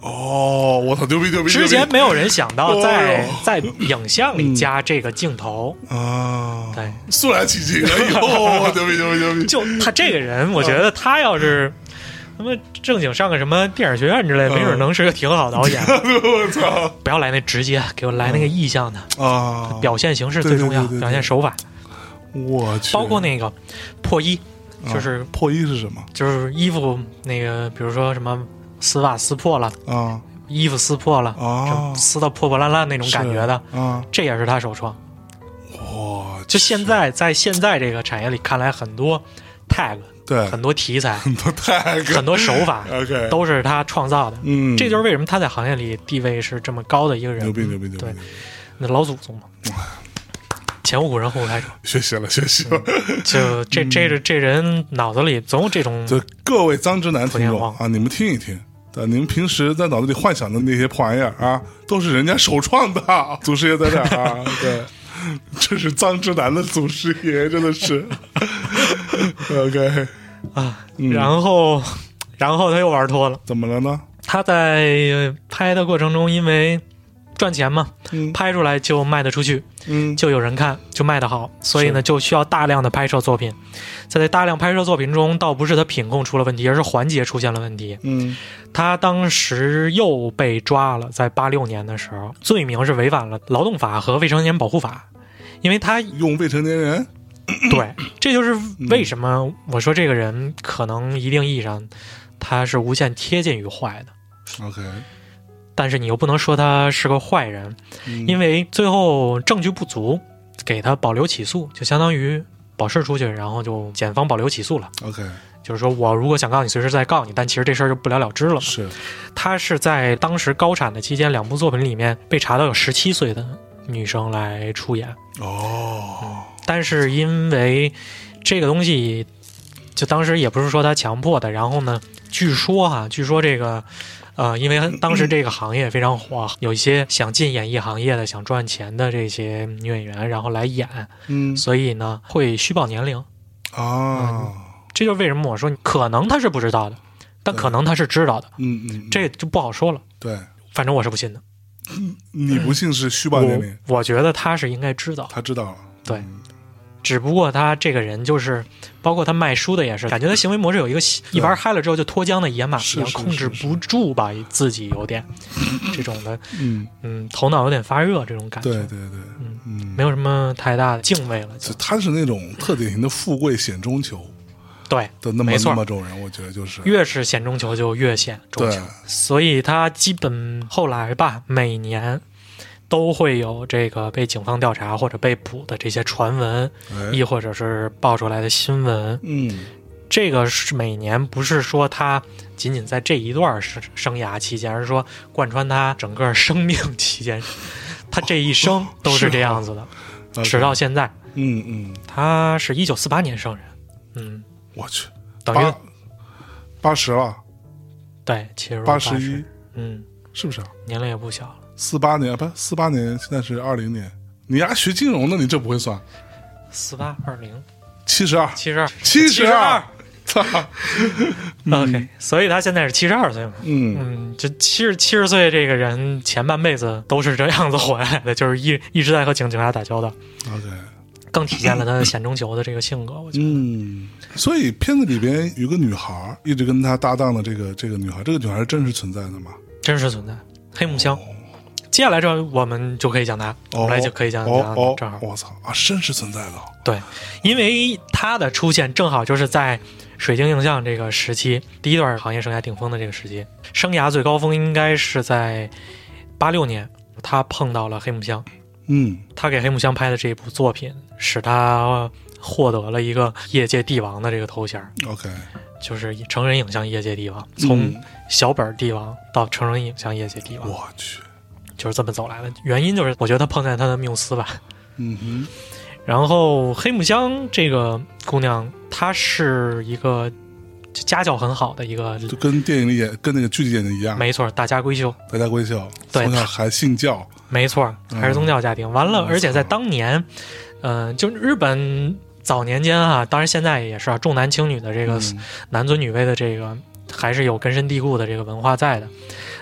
哦，我操，牛逼牛逼！ 之前没有人想到在、哦、在影像里加这个镜头啊、哦， 对， 肃然起敬，哎呦，牛逼牛逼牛逼！ 就他这个人，我觉得他要是他妈正经上个什么电影学院之类，没准能是个挺好导演。 我操！ 不要来那直接，给我来那个意象的啊、 嗯，表现形式最重要， 对对对对对表现手法。 我去， 包括那个破衣，就是、 啊、破衣是什么？ 就是衣服那个，比如说什么丝袜撕破了啊， 衣服撕破了啊，撕到破破烂烂那种感觉的啊， 这也是他首创。 哇， 就现在在现在这个产业里看来，很多 tag。 对， 很多题材， 很多 tag， 很多手法 ，OK， 都是他创造的。 嗯， 这就是为什么他在行业里地位是这么高的一个人。 牛逼牛逼牛逼！ 对，那老祖宗嘛，前无古人后无来者。 学习了学习了， 嗯、就这这这这人脑子里总有这种。 就各位脏直男听众啊，你们听一听。你们平时在脑子里幻想的那些破玩意儿啊，都是人家首创的，祖师爷在这儿啊，对。这是脏直男的祖师爷，真的是。OK 啊，然后，然后他又玩脱了， 怎么了呢？ 他在拍的过程中，因为赚钱嘛， 嗯、 拍出来就卖得出去， 嗯， 就有人看，就卖得好，所以呢，就需要大量的拍摄作品。在这大量拍摄作品中，倒不是他品控出了问题，而是环节出现了问题。 嗯， 他当时又被抓了，在八六年的时候，罪名是违反了劳动法和未成年人保护法。因为他用未成年人， 对，这就是为什么我说这个人可能一定意义上他是无限贴近于坏的。 OK， 但是你又不能说他是个坏人， 嗯、 因为最后证据不足，给他保留起诉，就相当于保释出去，然后就检方保留起诉了。 OK， 就是说我如果想告你，随时再告你，但其实这事儿就不了了之了。 是， 他是在当时高产的期间，两部作品里面被查到有十七岁的女生来出演。 哦、 嗯，但是因为这个东西，就当时也不是说他强迫的，然后呢，据说哈，据说这个，呃，因为当时这个行业非常火，有一些想进演艺行业的、想赚钱的这些女演员，然后来演， 嗯， 所以呢会虚报年龄啊、哦嗯，这就是为什么我说可能他是不知道的，但可能他是知道的， 嗯嗯， 这就不好说了。 对， 反正我是不信的。 你不信是虚报年龄？ 我, 我觉得他是应该知道， 他知道了。 对，嗯、只不过他这个人就是，包括他卖书的也是，感觉他行为模式有一个一玩嗨了之后就脱缰的野马一样，控制不住吧，自己有点这种的， 嗯嗯，头脑有点发热这种感觉。 对对对， 嗯嗯， 没有什么太大的敬畏了。 他是那种特典型的富贵险中求。 对的那么没错， 那么种人，我觉得就是越是险中求就越险中求，所以他基本后来吧，每年都会有这个被警方调查或者被捕的这些传闻， 哎、 亦或者是爆出来的新闻。 嗯， 这个是每年不是说他仅仅在这一段生涯期间，而是说贯穿他整个生命期间，他这一生都是这样子的， 哦、 直到现在。 嗯嗯， 他是一九四八年生人，嗯。 我去， 等于八十了， 对，七十八十一， 嗯， 是不是啊？ 年龄也不小了。 四八年不，四八年，现在是二零年。你丫学金融的，你这不会算？ 四八二零， 七十二， 七十二， 七十二，操 ！OK，所以他现在是七十二岁嘛？ 嗯嗯，这七十七十岁这个人前半辈子都是这样子活下来的，就是一一直在和警警察打交道。 OK。 更体现了他险中求的这个性格，我觉得。 嗯，所以片子里边有个女孩一直跟他搭档的这个这个女孩，这个女孩是真实存在的吗？ 真实存在，黑木香。哦、接下来这我们就可以讲她，我们来就可以讲讲她。 哦， 正好， 我操啊，真实存在的。 对，因为她的出现正好就是在水晶映像这个时期，第一段行业生涯顶峰的这个时期，生涯最高峰应该是在八六年，她碰到了黑木香。 嗯， 他给黑木香拍的这部作品，使他获得了一个业界帝王的这个头衔。 OK， 就是成人影像业界帝王，从小本帝王到成人影像业界帝王。 我去， 就是这么走来的。原因就是我觉得他碰见他的缪斯吧。 嗯哼。 然后黑木香这个姑娘，她是一个家教很好的一个， 就跟电影里演、跟那个剧里演的一样。 没错，大家闺秀， 大家闺秀， 对， 从小还信教。 没错，还是宗教家庭。嗯、完了，而且在当年，嗯、呃，就日本早年间啊，当然现在也是啊，重男轻女的这个男尊女卑的这个，还是有根深蒂固的这个文化在的。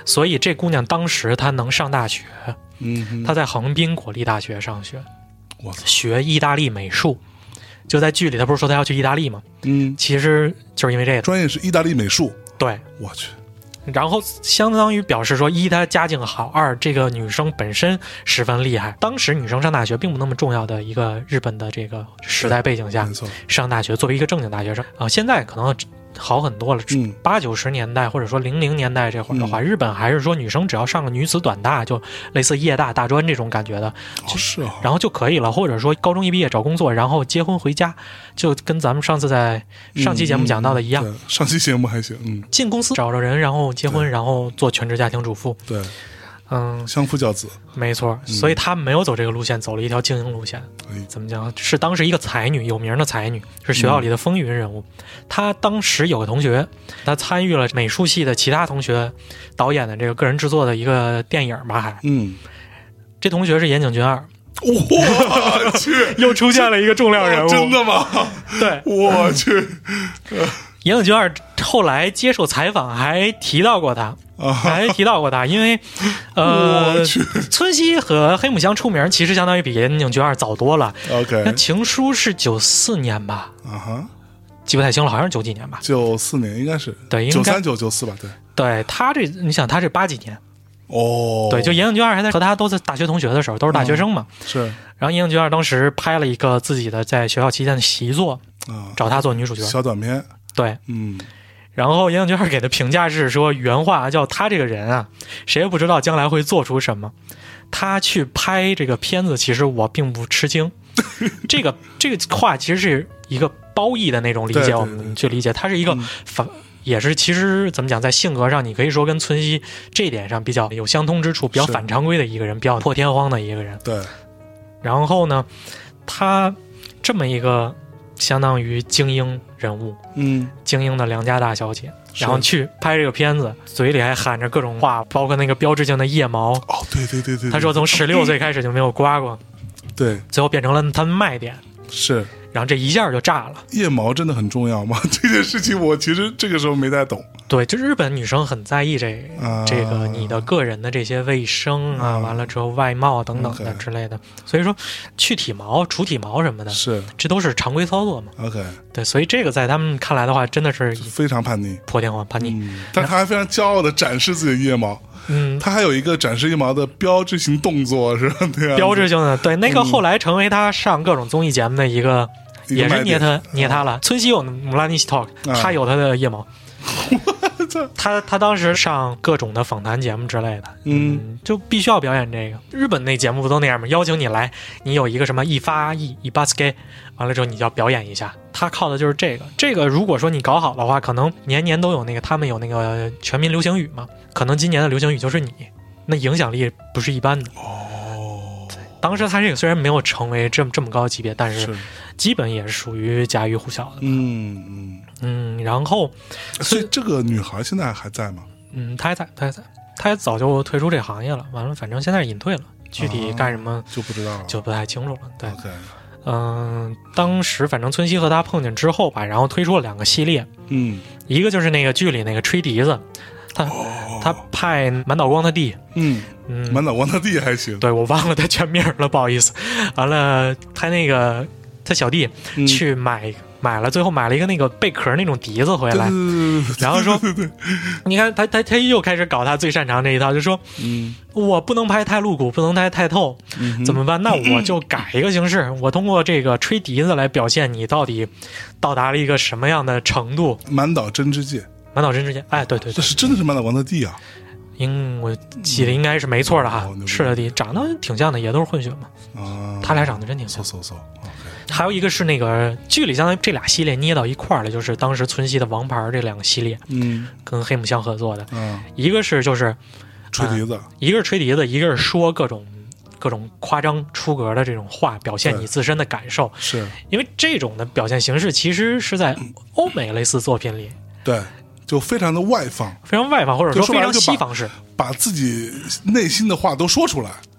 所以这姑娘当时她能上大学， 嗯， 她在横滨国立大学上学， 我操， 学意大利美术。就在剧里，她不是说她要去意大利吗？ 嗯， 其实就是因为这个， 专业是意大利美术。 对， 我去。 然后相当于表示说，一她家境好，二这个女生本身十分厉害。当时女生上大学并不那么重要的一个日本的这个时代背景下，上大学作为一个正经大学生啊、呃，现在可能好很多了。 嗯， 八九十年代或者说零零年代这会儿的话、嗯，日本还是说女生只要上个女子短大，就类似夜大、大专这种感觉的， 哦是啊， 然后就可以了。或者说高中一毕业找工作，然后结婚回家，就跟咱们上次在上期节目讲到的一样。 嗯嗯、上期节目还行，嗯， 进公司找着人，然后结婚，然后做全职家庭主妇。 对。 嗯， 相夫教子， 没错，所以他没有走这个路线，走了一条精英路线。 嗯、 怎么讲？是当时一个才女，有名的才女，是学校里的风云人物。她、嗯、当时有个同学，她参与了美术系的其他同学导演的这个个人制作的一个电影吧，还嗯， 这同学是岩井俊二。 我去， 又出现了一个重量人物， 真的吗？ 对， 我去。 岩井俊二后来接受采访还提到过他， 啊、 还提到过他，因为呃，村西和黑木香出名，其实相当于比岩井俊二早多了。 OK， 那情书是九四年吧？ 啊哈， 记不太清了，好像是九几年吧？ 九四年应该是， 对， 九三九九四吧？对， 对他这，你想他这八几年。 哦， 对，就岩井俊二还在和他都是大学同学的时候，都是大学生嘛。 嗯、是。 然后岩井俊二当时拍了一个自己的在学校期间的习作， 啊， 找他做女主角， 小短片。 对， 嗯。 然后岩井俊二给的评价是说，原话叫他这个人啊，谁也不知道将来会做出什么。他去拍这个片子，其实我并不吃惊。这个这个话其实是一个褒义的那种理解，我们去理解，他是一个反。嗯，也是，其实怎么讲，在性格上，你可以说跟村西这一点上比较有相通之处，比较反常规的一个人，比较破天荒的一个人。 对。 然后呢，他这么一个相当于精英人物， 嗯， 精英的良家大小姐，然后去拍这个片子，嘴里还喊着各种话，包括那个标志性的腋毛。 哦，对对对 对, 对。 他说从十六岁开始就没有刮过。 对。 最后变成了他的卖点。 是。 然后这一下就炸了。 腋毛真的很重要吗？这件事情我其实这个时候没太懂。 对，就日本女生很在意这、啊、这个你的个人的这些卫生啊，啊完了之后外貌等等的之类的。Okay. 所以说去体毛、除体毛什么的， 是这都是常规操作嘛。 OK， 对，所以这个在他们看来的话，真的是非常叛逆、 破天荒叛逆。 嗯、但他还非常骄傲的展示自己的腋毛。 嗯， 他还有一个展示腋毛的标志性动作，是吧？对， 标志性的，对，那个后来成为他上各种综艺节目的一个。也是捏他捏他了，村西有姆拉尼西 talk， 他有他的腋毛，他他当时上各种的访谈节目之类的，嗯，就必须要表演这个。日本那节目不都那样吗？邀请你来，你有一个什么一发一一巴斯给，完了之后你就要表演一下。他靠的就是这个。这个如果说你搞好的话，可能年年都有那个，他们有那个全民流行语嘛，可能今年的流行语就是你，那影响力不是一般的。 哦， 当时他这个虽然没有成为这么这么高级别，但是。 是基本也是属于家喻户晓的。 嗯嗯嗯，然后， 所以这个女孩现在还在吗？ 嗯，她还在，她还在，她也早就退出这行业了。完了，反正现在隐退了，具体干什么、 啊、就不知道了， 就不太清楚了。对， OK， 嗯，当时反正村西和他碰见之后吧，然后推出了两个系列， 嗯， 一个就是那个剧里那个吹笛子，他、哦、他派满岛光他弟， 嗯嗯，满岛光他弟还行， 对我忘了他全名了，不好意思。完了，他那个。他小弟去买、嗯、买了，最后买了一个那个贝壳那种笛子回来，然后说：“你看他他他又开始搞他最擅长这一套，就说， 嗯， 我不能拍太露骨，不能拍太透， 嗯、 怎么办？那我就改一个形式，我通过这个吹笛子来表现你到底到达了一个什么样的程度。” 满岛真之介， 满岛真之介，哎，对对对， 这是真的是满岛光的弟啊。 应我记得应该是没错的哈， 嗯、 是的弟，长得挺像的，也都是混血嘛。 啊， 他俩长得真挺像。 嗖嗖嗖。 还有一个是那个剧里相当于这俩系列捏到一块儿了，就是当时村西的王牌这两个系列， 嗯， 跟黑木香合作的， 嗯， 一个是就是吹笛子、呃， 一个是吹笛子，一个是说各种各种夸张出格的这种话，表现你自身的感受。 是因为这种的表现形式其实是在欧美类似作品里， 对，就非常的外放， 非常外放，或者说非常西方式， 把自己内心的话都说出来。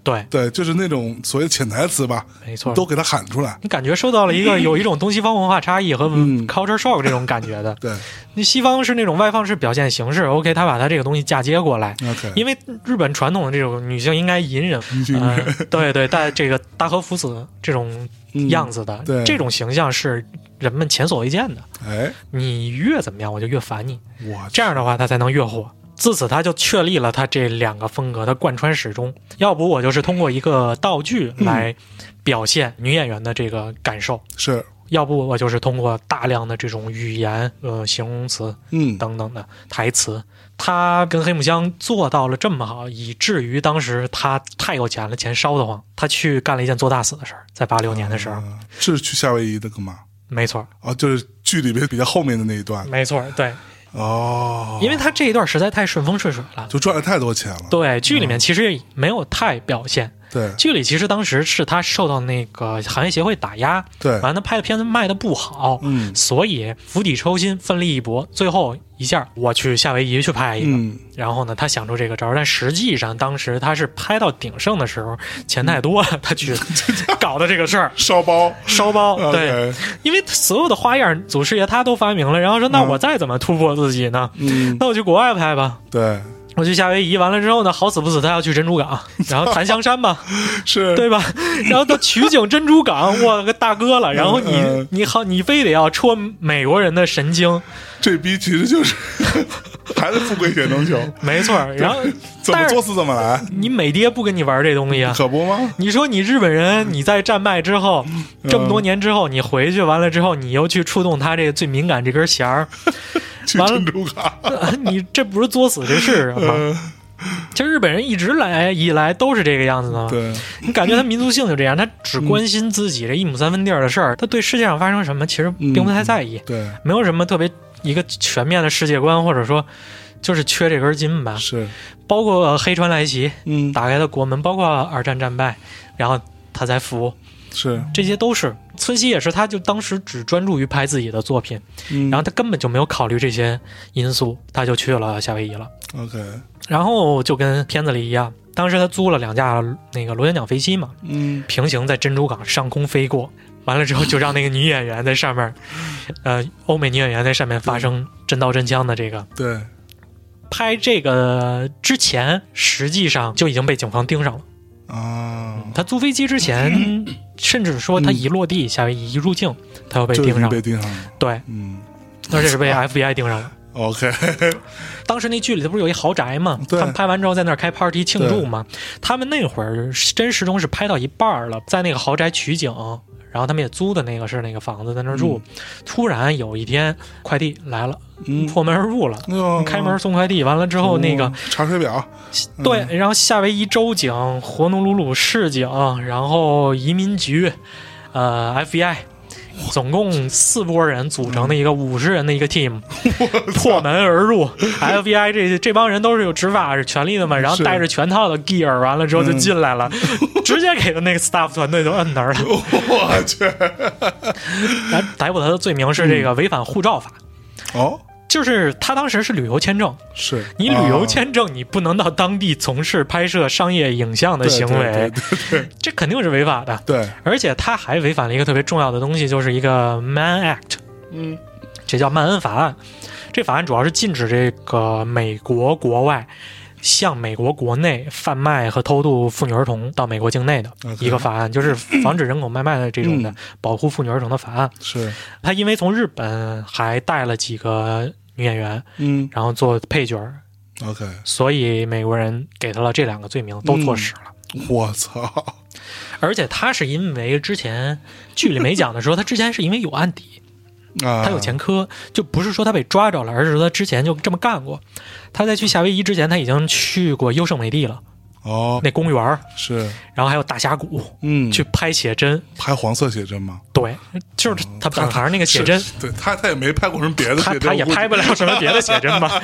对对，就是那种所谓潜台词吧， 没错， 都给他喊出来。 你感觉受到了一个有一种东西方文化差异和 culture shock 这种感觉的。 对， 你西方是那种外放式表现形式 ，OK， 他把他这个东西嫁接过来。 OK， 因为日本传统的这种女性应该隐忍，呃、对对，带这个大和福子这种样子的、 嗯、 这种形象是人们前所未见的。 哎， 你越怎么样，我就越烦你。 哇， 这样的话，他才能越火。自此，他就确立了他这两个风格的贯穿始终。要不，我就是通过一个道具来表现女演员的这个感受； 是、嗯， 要不我就是通过大量的这种语言、呃形容词、 嗯等等的台词。他跟黑木香做到了这么好，以至于当时他太有钱了，钱烧得慌，他去干了一件做大死的事儿，在八六年的时候， 啊、是去夏威夷的干嘛？ 没错， 哦，就是剧里边比较后面的那一段。 没错，对。 哦， 因为他这一段实在太顺风顺水了， 就赚了太多钱了。 对，剧里面其实没有太表现。 嗯、对， 剧里其实当时是他受到那个行业协会打压， 对， 完了他拍的片子卖的不好， 嗯， 所以釜底抽薪，奋力一搏，最后一下我去夏威夷去拍一个， 嗯、 然后呢，他想出这个招，但实际上当时他是拍到鼎盛的时候，钱太多了，嗯、他去搞的这个事儿， 烧包， 烧包，对， okay 因为所有的花样祖师爷他都发明了，然后说那我再怎么突破自己呢？ 嗯， 那我去国外拍吧， 对。 我去夏威夷完了之后呢，好死不死他要去珍珠港，然后檀香山嘛， 是对吧？然后他取景珍珠港，我个大哥了！然后你、 嗯、 你好，你非得要戳美国人的神经， 这逼其实就是还是富贵险中求， 没错。然后怎么作死怎么来， 你美爹不跟你玩这东西啊？ 可不吗？ 你说你日本人，你在战败之后、嗯、这么多年之后，你回去完了之后，你又去触动他这个最敏感这根弦儿。完了，你这不是作死这事吗？呃、其实日本人一直来以来都是这个样子的。 对， 你感觉他民族性就这样，他只关心自己这一亩三分地儿的事儿、嗯，他对世界上发生什么其实并不太在意。 嗯、对， 没有什么特别一个全面的世界观，或者说就是缺这根筋吧。 是， 包括黑船来袭， 嗯， 打开的国门，包括二战战败，然后他才服。 是， 这些都是村西也是，他就当时只专注于拍自己的作品、嗯、然后他根本就没有考虑这些因素，他就去了夏威夷了。 OK， 然后就跟片子里一样，当时他租了两架那个螺旋桨飞机嘛， 嗯， 平行在珍珠港上空飞过，完了之后就让那个女演员在上面呃，欧美女演员在上面发生真刀真枪的这个。 对， 拍这个之前实际上就已经被警方盯上了啊、 嗯！他租飞机之前、嗯、甚至说他一落地、嗯、夏威夷一入境他要被盯上， 被盯上了。 对， 嗯， 而且是被 F B I 盯上了。 OK， 当时那剧里头不是有一豪宅吗？他们拍完之后在那儿开 party 庆祝吗？他们那会儿真实中是拍到一半了，在那个豪宅取景，然后他们也租的那个是那个房子在那儿住、嗯、突然有一天快递来了、嗯、破门而入了、嗯、开门送快递完了之后、哦、那个查水表， 对、嗯、然后夏威夷州警、火奴鲁鲁市警，然后移民局，呃 F B I，总共四波人组成的一个五十人的一个 team，、嗯、破门而入。F B I 这这帮人都是有执法权利的嘛，然后带着全套的 gear， 完了之后就进来了，嗯、直接给的那个 staff 团队都摁那儿了。 我去！ 然后逮捕他的罪名是这个违反护照法。 嗯、哦。 就是他当时是旅游签证， 是你旅游签证，你不能到当地从事拍摄商业影像的行为， 对对对对对， 这肯定是违法的。 对， 而且他还违反了一个特别重要的东西，就是一个 Mann Act， 嗯， 这叫曼恩法案。这法案主要是禁止这个美国国外向美国国内贩卖和偷渡妇女儿童到美国境内的一个法案， okay. 就是防止人口买卖的这种的保护妇女儿童的法案。 是， 他因为从日本还带了几个女演员， 嗯， 然后做配角 ，OK， 所以美国人给他了这两个罪名，都坐实了。 嗯、我操！ 而且他是因为之前剧里没讲的时候，他之前是因为有案底， 啊、 他有前科，就不是说他被抓着了，而是说他之前就这么干过。他在去夏威夷之前，他已经去过优胜美地了。 哦， 那公园是， 然后还有大峡谷， 嗯， 去拍写真， 拍黄色写真吗？ 对，就是他本行那个写真， 对他他也没拍过什么别的写真， 他他也拍不了什么别的写真吧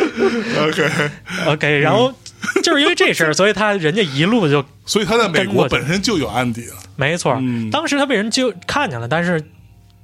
？OK OK， 然后就是因为这事儿，所以他人家一路就， 所以他在美国本身就有案底了， 没错、 嗯， 当时他被人就看见了，但是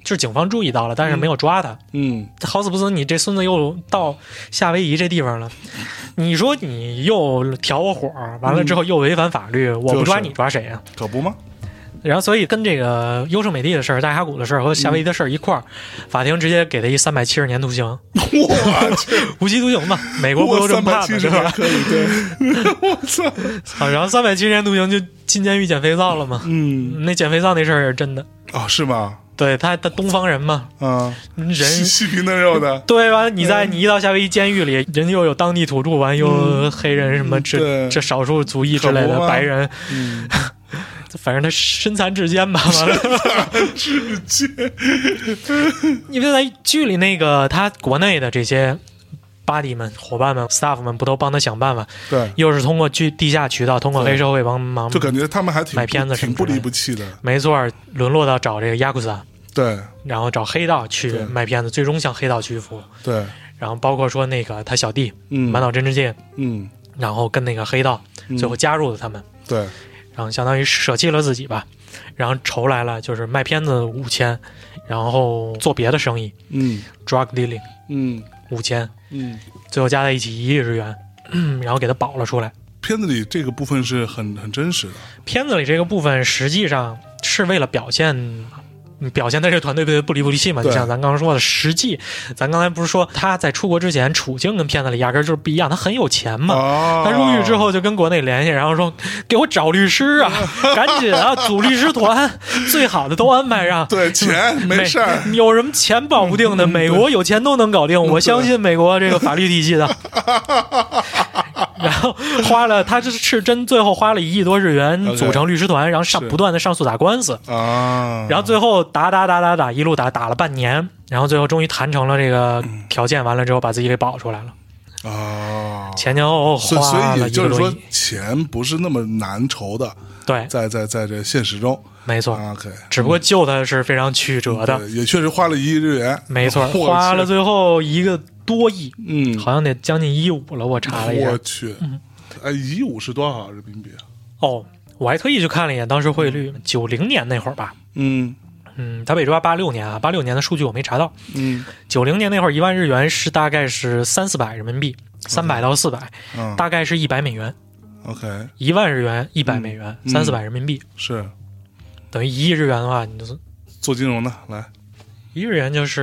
就是警方注意到了，但是没有抓他。 嗯， 好死不死，你这孙子又到夏威夷这地方了，你说你又挑我火，完了之后又违反法律，嗯、我不抓你抓谁啊？ 可不吗？ 然后，所以跟这个优胜美地的事儿、大峡谷的事儿和夏威夷的事儿一块儿，嗯、法庭直接给他一三百七十年徒刑。 我去， 无期徒刑嘛，美国不都这么判的，是吧？ 可以，对。我操！ 好，然后三百七十年徒刑就进监狱捡肥皂了嘛。 嗯， 那捡肥皂那事儿也是真的。 哦，是吗？ 对他，他东方人嘛， 啊， 人细皮嫩肉的。 对吧？你在你一到夏威夷监狱里，人又有当地土著，完又黑人什么这这少数族裔之类的白人。 嗯。 反正他身残志坚吧，完了， 志坚。 因为在剧里那个他国内的这些 buddy 们、伙伴们、staff 们不都帮他想办法？ 对， 又是通过去地下渠道，通过黑社会帮忙， 就感觉他们还挺买片子， 挺不离不弃的。 没错，沦落到找这个亚库萨， 对， 然后找黑道去卖片子，最终向黑道屈服。 对， 然后包括说那个他小弟， 嗯， 满岛真之介， 嗯， 然后跟那个黑道最后加入了他们。 嗯、对。 然后相当于舍弃了自己吧，然后筹来了就是卖片子五千，然后做别的生意， 嗯 ，drug dealing， 嗯， 五千， 嗯， 最后加在一起一亿日元，嗯，然后给他保了出来。 片子里这个部分是很很真实的。 片子里这个部分实际上是为了表现。表现他这个团队不离不离弃嘛，就像咱刚刚说的，实际，咱刚才不是说他在出国之前处境跟片子里压根就是不一样，他很有钱嘛， 哦、 他入狱之后就跟国内联系，然后说给我找律师啊，赶紧啊，组律师团，最好的都安排上， 对，钱没事儿， 有什么钱保不定的，美国有钱都能搞定，我相信美国这个法律体系的。然后花了，他这是真最后花了一亿多日元组成律师团， okay, 然后上不断的上诉打官司啊， 然后最后打打打打打一路打打了半年，然后最后终于谈成了这个条件，完了之后把自己给保出来了啊， 前前后后花了一个多亿。 所以就是说钱不是那么难筹的， 对， 在在在这现实中， 没错 ，OK， 只不过救他是非常曲折的， 嗯、也确实花了一亿日元， 没错，花了最后一个多亿， 嗯， 好像得将近一亿五了，我查了一下， 我去，嗯。哎，一亿五是多少人民币啊？ 哦，我还特意去看了一眼当时汇率，九零年那会儿吧。 嗯嗯，他被抓八六年啊，八六年的数据我没查到。 嗯， 九零年那会儿一万日元是大概是三四百人民币，三百到四百，大概是一百美元。 OK， 一万日元一百美元，三四百人民币是等于一亿日元的话，你就是做金融的来， 一日元就是，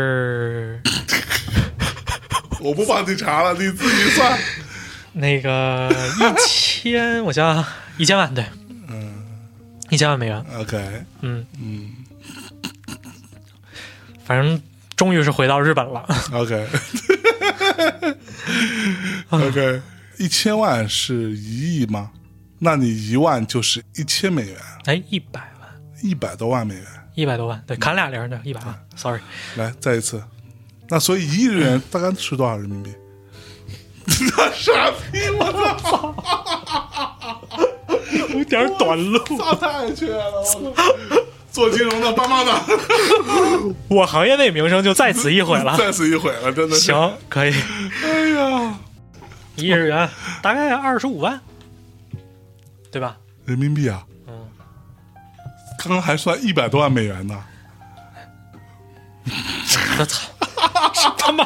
我不帮你查了，你自己算。 那个一千，我想想，一千万，对， 嗯， 一千万美元。 OK， 嗯嗯， 反正终于是回到日本了。 OK，OK， 一千万是一亿吗？那你一万就是一千美元。 哎，一百万， 一百多万美元， 一百多万，对，砍俩零的，一百万。Sorry， 来再一次。那所以一亿日元大概是多少人民币？那傻逼！我操！ 有点短路， 操太缺了！做金融的帮帮忙！ 我行业内名声就在此一毁了， 在此一毁了，真的是。 行，可以。 哎呀， 一亿日元大概二十五万，对吧？ 人民币啊？ 嗯。 刚刚还算一百多万美元呢。 我操！他妈！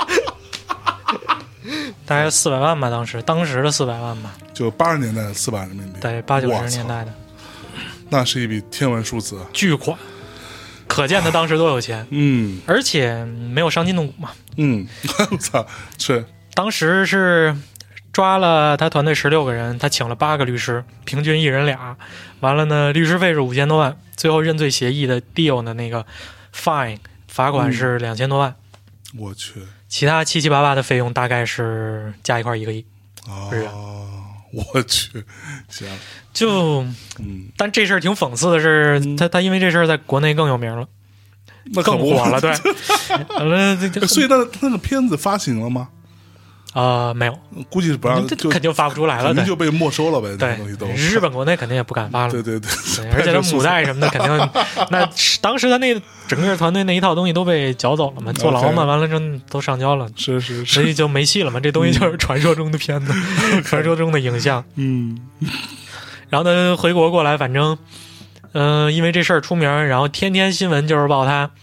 大概四百万吧，当时当时的四百万吧， 就八十年代的四百人民币， 对，八九十年代的， 那是一笔天文数字， 巨款，可见他当时多有钱。 嗯， 而且没有伤筋动骨嘛。 嗯，我操，是当时是抓了他团队十六个人，他请了八个律师，平均一人俩，完了呢，律师费是五千多万，最后认罪协议的 deal 的那个 fine 罚款是两千多万。 嗯，我去。 其他七七八八的费用大概是加一块一个亿日元。 哦，我去，行， 就，嗯，但这事儿挺讽刺的是，嗯、他他因为这事儿在国内更有名了， 那更火了，对。完了， 所以那那个片子发行了吗？ 啊、呃，没有， 估计是不让， 这肯定发不出来了， 肯定就被没收了呗。 对， 东西都日本国内肯定也不敢发了。 对对对， 对而且他母带什么的，肯定那当时他那整个团队那一套东西都被缴走了嘛，坐牢嘛， okay, 完了之后都上交了， 是是是， 所以就没戏了嘛。这东西就是传说中的片子，嗯、传说中的影像。 嗯， 然后他回国过来，反正，嗯、呃，因为这事儿出名，然后天天新闻就是报他。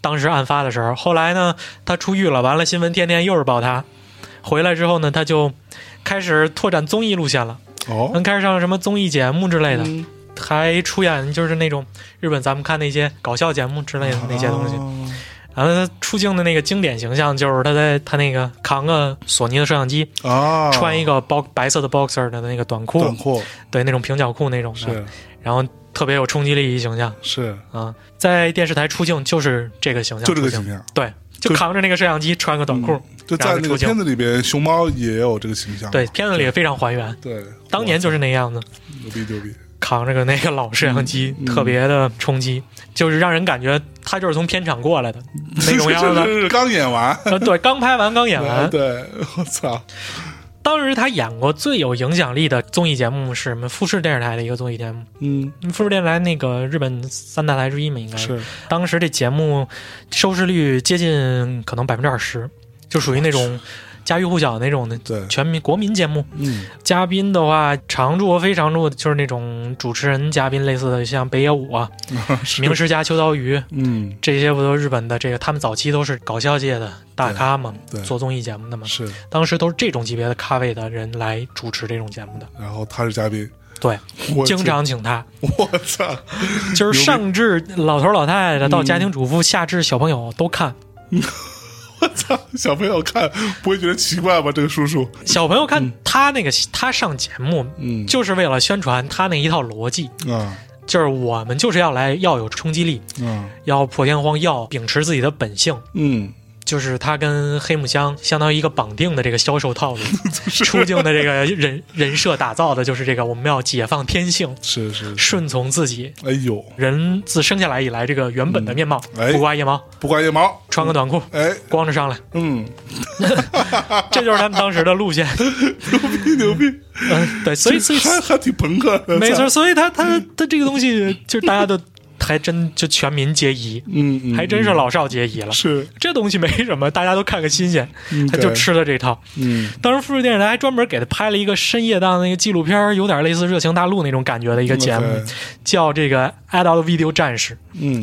当时案发的时候。后来呢，他出狱了，完了新闻天天又是报他。回来之后呢，他就开始拓展综艺路线了， 哦， 能开始上什么综艺节目之类的， 嗯、 还出演就是那种日本咱们看那些搞笑节目之类的那些东西。 哦、 然后他出镜的那个经典形象就是他在他那个扛个索尼的摄像机啊， 穿一个包白色的 boxer 的那个短裤， 短裤， 对，那种平角裤那种的， 是， 然后特别有冲击力一形象， 是啊，在电视台出镜就是这个形象， 就这个形象， 对，就扛着那个摄像机，穿个短裤。嗯就在那个片子里边，熊猫也有这个形象。 对，片子里也非常还原。 对， 当年就是那样子。 牛逼牛逼！ 扛着个那个老摄像机，嗯、特别的冲击，嗯、就是让人感觉他就是从片场过来的那种样子。 是是是刚演完， 呃，对，刚拍完，刚演完。 对，对我操！ 当时他演过最有影响力的综艺节目是什么？富士电视台的一个综艺节目。 嗯， 富士电视台那个日本三大台之一嘛，应该是。 当时这节目收视率接近可能百分之二十，就属于那种。家喻户晓那种的， 对， 全民国民节目。 嗯， 嘉宾的话，常驻和非常驻就是那种主持人嘉宾类似的，像北野武啊、明石家秋刀鱼， 嗯， 这些不都是日本的这个？他们早期都是搞笑界的大咖嘛， 对， 做综艺节目的嘛， 是， 当时都是这种级别的咖位的人来主持这种节目的。 然后他是嘉宾， 对，经常请他。 我操， 就是上至老头老太太到家庭主妇，下至小朋友都看。 我操！小朋友看不会觉得奇怪吧？这个叔叔， 小朋友看他那个、嗯、他上节目， 嗯， 就是为了宣传他那一套逻辑啊， 就是我们就是要来要有冲击力， 嗯， 要破天荒，要秉持自己的本性， 嗯。 就是他跟黑木香相当于一个绑定的这个销售套路，出镜的这个人人设打造的就是这个，我们要解放天性， 是 是, 是顺从自己。 哎呦， 人自生下来以来这个原本的面貌， 嗯哎、 不刮腋毛， 不刮腋毛， 穿个短裤， 哎， 光着上来， 嗯， 这就是他们当时的路线， 牛逼牛逼， 嗯，对，所以所以还还挺朋克的， 没错，所以他他他这个东西就是大家都。还真就全民皆宜， 嗯，嗯还真是老少皆宜了。 是这东西没什么，大家都看个新鲜， 嗯、 他就吃了这套。 嗯， 当时富士电视台还专门给他拍了一个深夜档那个纪录片，有点类似《热情大陆》那种感觉的一个节目， 嗯、 叫这个《Adult Video 战士》。 嗯，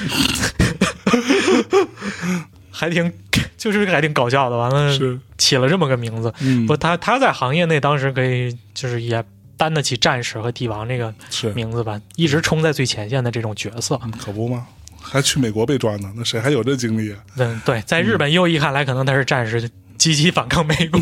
还挺就是还挺搞笑的。完了， 是起了这么个名字。 嗯， 不，他他在行业内当时可以就是也。担得起战士和帝王这个名字吧，一直冲在最前线的这种角色， 嗯、可不吗？还去美国被抓呢，那谁还有这经历啊？ 嗯，对，在日本右翼看来，可能他是战士，积极反抗美国。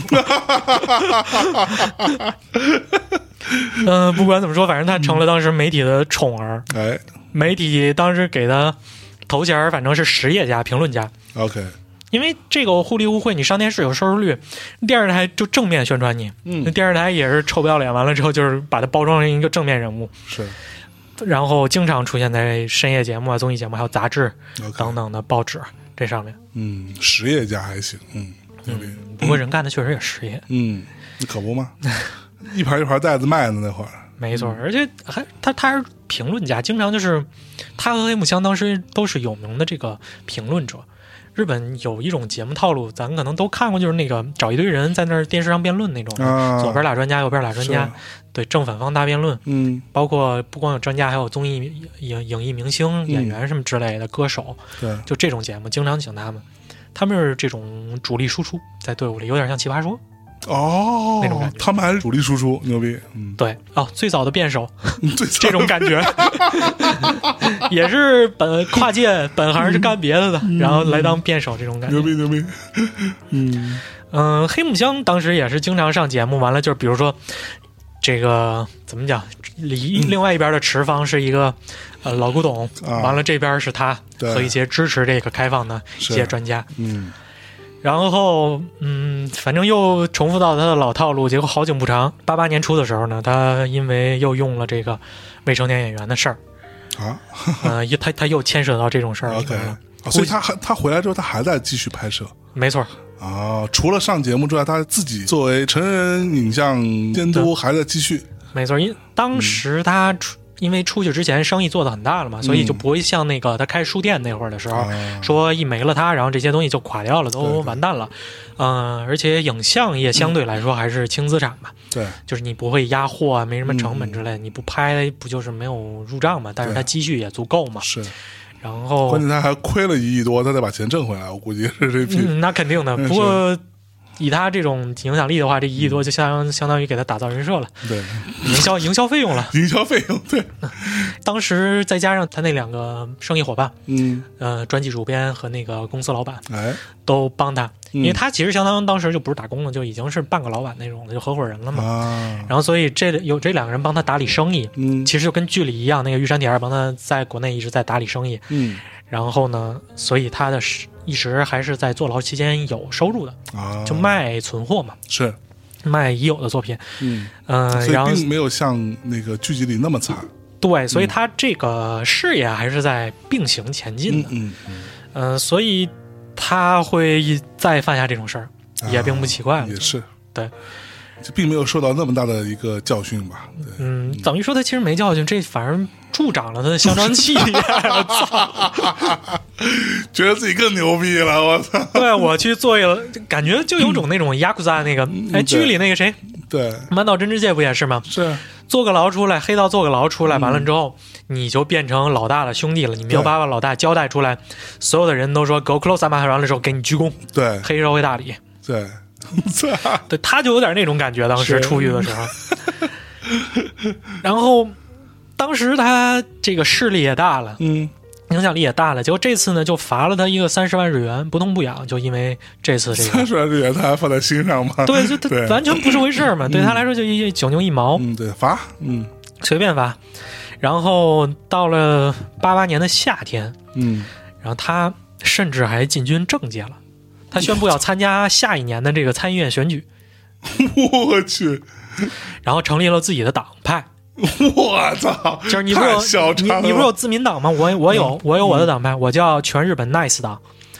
嗯、呃，不管怎么说，反正他成了当时媒体的宠儿。 哎， 媒体当时给他头衔，反正是实业家、评论家。 OK。 因为这个互利互惠，你上电视有收视率，电视台就正面宣传你。 嗯， 那电视台也是臭不要脸，完了之后就是把它包装成一个正面人物。 是， 然后经常出现在深夜节目啊、综艺节目，还有杂志、 okay. 等等的报纸这上面。 嗯，实业家还行。嗯， 嗯，不过人干的确实也实业。 嗯，那可不吗？一盘一盘袋子卖呢那会儿。 没错，而且还他他是评论家，经常就是他和黑木香当时都是有名的这个评论者。日本有一种节目套路，咱可能都看过，就是那个找一堆人在那儿电视上辩论那种， 啊、 左边俩专家，右边俩专家，对，正反方大辩论。 嗯， 包括不光有专家，还有综艺影影艺明星、 嗯、 演员什么之类的，歌手， 对， 就这种节目经常请他们，他们是这种主力输出，在队伍里有点像奇葩说。 哦， 那种感觉， 他们还是主力输出，牛逼。嗯， 对，哦，最早的辩手， 最这种感觉，也是本跨界本行是干别的的，嗯、然后来当辩手，这种感觉， 牛逼牛逼。嗯嗯、呃，黑木香当时也是经常上节目，完了就是比如说这个怎么讲，另另外一边的持方是一个呃老古董， 啊、 完了这边是他和一些支持这个开放的一些专家， 嗯。 然后，嗯，反正又重复到他的老套路。结果好景不长，八八年初的时候呢，他因为又用了这个未成年演员的事儿啊， 呃，他他又牵涉到这种事儿。 OK，、哦、所以他还他回来之后，他还在继续拍摄。 没错。 啊，除了上节目之外，他自己作为成人影像监督还在继续。 没错，因当时他出。嗯因为出去之前生意做得很大了嘛，所以就不会像那个他开书店那会儿的时候， 嗯、 说一没了他，然后这些东西就垮掉了，都完蛋了。嗯、呃，而且影像业相对来说还是轻资产嘛， 对、嗯， 就是你不会压货啊，没什么成本之类的， 嗯、 你不拍不就是没有入账嘛？但是他积蓄也足够嘛。 是。 然后关键他还亏了一亿多，他再把钱挣回来，我估计是这批、 嗯、那肯定的。不过以他这种影响力的话，这一亿多就相相当于给他打造人设了， 对， 营销营销费用了， 营销费用对。 当时再加上他那两个生意伙伴， 嗯， 呃，专辑主编和那个公司老板， 哎， 都帮他， 嗯、 因为他其实相当于当时就不是打工了，就已经是半个老板那种的，就合伙人了嘛。 啊， 然后所以这有这两个人帮他打理生意， 嗯， 其实就跟剧里一样，那个玉山铁二帮他在国内一直在打理生意， 嗯， 然后呢，所以他的一直还是在坐牢期间有收入的， 啊， 就卖存货嘛， 是卖已有的作品， 嗯嗯、呃， 所然后以并没有像那个剧集里那么惨。 对，所以他这个事业还是在并行前进的， 嗯嗯嗯、呃，所以他会再犯下这种事儿， 啊、 也并不奇怪了， 也是对。 就并没有受到那么大的一个教训吧？对， 嗯，等于说他其实没教训，这反而助长了他的嚣张气焰。 觉得自己更牛逼了，我操！ 对，我去做一个，感觉就有种那种雅库扎那个， 嗯、 哎，剧里那个谁， 对， 满岛真之介不也是吗？ 是坐个牢出来，黑道坐个牢出来，完了之后、嗯、你就变成老大的兄弟了，你没有把老大交代出来，所有的人都说 go close 完了之后给你鞠躬， 对， 黑社会大礼， 对。 对，他就有点那种感觉，当时出狱的时候。然后当时他这个势力也大了， 嗯， 影响力也大了，结果这次呢就罚了他一个三十万日元，不痛不痒，就因为这次这个三十万日元他还放在心上吗？ 对，就他完全不是回事嘛，对他来说就一九牛一毛， 嗯，对，罚，嗯， 随便罚。然后到了八八年的夏天， 嗯， 然后他甚至还进军政界了。他宣布要参加下一年的这个参议院选举， 我去， 然后成立了自己的党派。 我操！ 就是你不有你你不是有自民党吗？我我有、嗯、我有我的党派，我叫全日本 nice 党。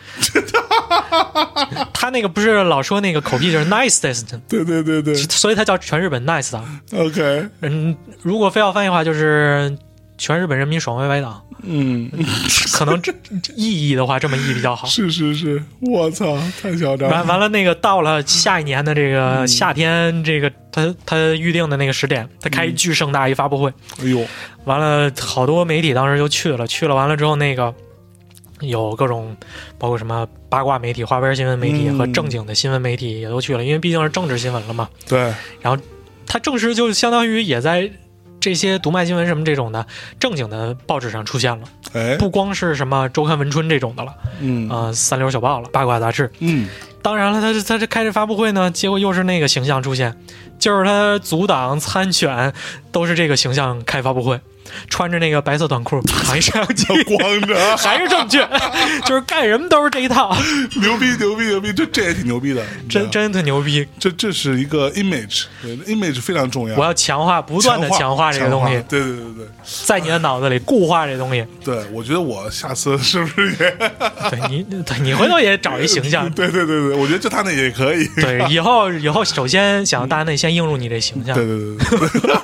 他那个不是老说那个口癖就是 nicest， 对对对对， 所以他叫全日本 nice 党。 OK， 嗯，如果非要翻译的话，就是全日本人民爽歪歪党。 嗯， 可能意义的话，这么译比较好。 是是是，我操，太嚣张了！ 完完了，那个到了下一年的这个夏天，嗯、这个他他预定的那个时点，他开巨盛大一发布会。 哎呦， 完了，好多媒体当时就去了，去了完了之后，那个有各种包括什么八卦媒体、花边新闻媒体和正经的新闻媒体也都去了，因为毕竟是政治新闻了嘛。 对。 然后他正式就相当于也在这些读卖新闻什么这种的正经的报纸上出现了， 哎， 不光是什么周刊文春这种的了， 嗯， 呃，三流小报了，八卦杂志， 嗯， 当然了，他他这开这发布会呢，结果又是那个形象出现，就是他阻挡参选都是这个形象开发布会，穿着那个白色短裤，扛一摄像机， 光着， 还是正确，就是干什么都是这一套， 牛逼牛逼牛逼，这这也挺牛逼的， 真真特牛逼， 这这是一个 image， 对 image 非常重要， 我要强化，不断的强化这个东西， 对对对对， 在你的脑子里固化这东西， 对，我觉得我下次是不是也， 对你对你回头也找一形象， 对对对对，我觉得就他那也可以， 对，以后以后首先想大家那先映入你这形象， 对对对对。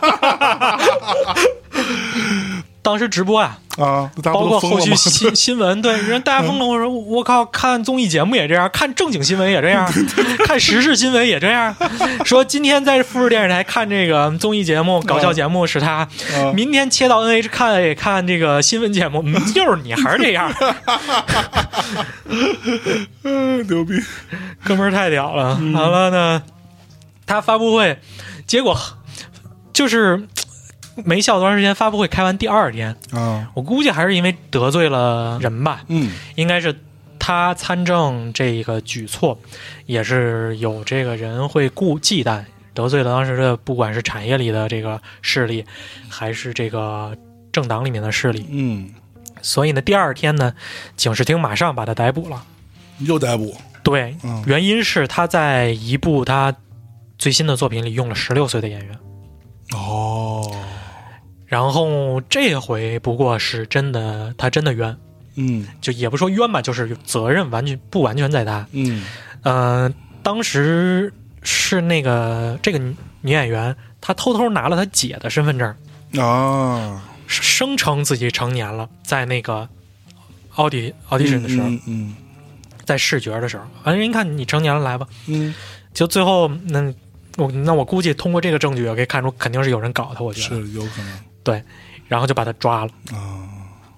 当时直播啊， 啊， 包括后续新新闻，对，人大家疯了。我说我靠，看综艺节目也这样，看正经新闻也这样，看时事新闻也这样。说今天在富士电视台看这个综艺节目、搞笑节目是他， 啊、 明天切到 N H 看也看这个新闻节目，嗯，就是你还是这样。 嗯，牛逼， 哥们儿太屌了。嗯、完了呢，他发布会，结果就是。没笑多长时间，发布会开完第二天啊， 我估计还是因为得罪了人吧， 嗯， 应该是他参政这个举措，也是有这个人会顾忌惮，得罪了当时的不管是产业里的这个势力，还是这个政党里面的势力， 嗯， 所以呢，第二天呢，警视厅马上把他逮捕了， 又逮捕， 对， 嗯、 原因是他在一部他最新的作品里用了十六岁的演员， 哦。 然后这回不过是真的，他真的冤， 嗯， 就也不说冤吧，就是责任完全不完全在他， 嗯， 呃，当时是那个这个女演员，她偷偷拿了她姐的身份证啊， 声称自己成年了，在那个奥迪 audition 的时候， 嗯，嗯在视觉的时候，啊，人一看你成年了，来吧， 嗯， 就最后那我那我估计通过这个证据，可以看出肯定是有人搞他，我觉得是有可能。 对，然后就把他抓了啊，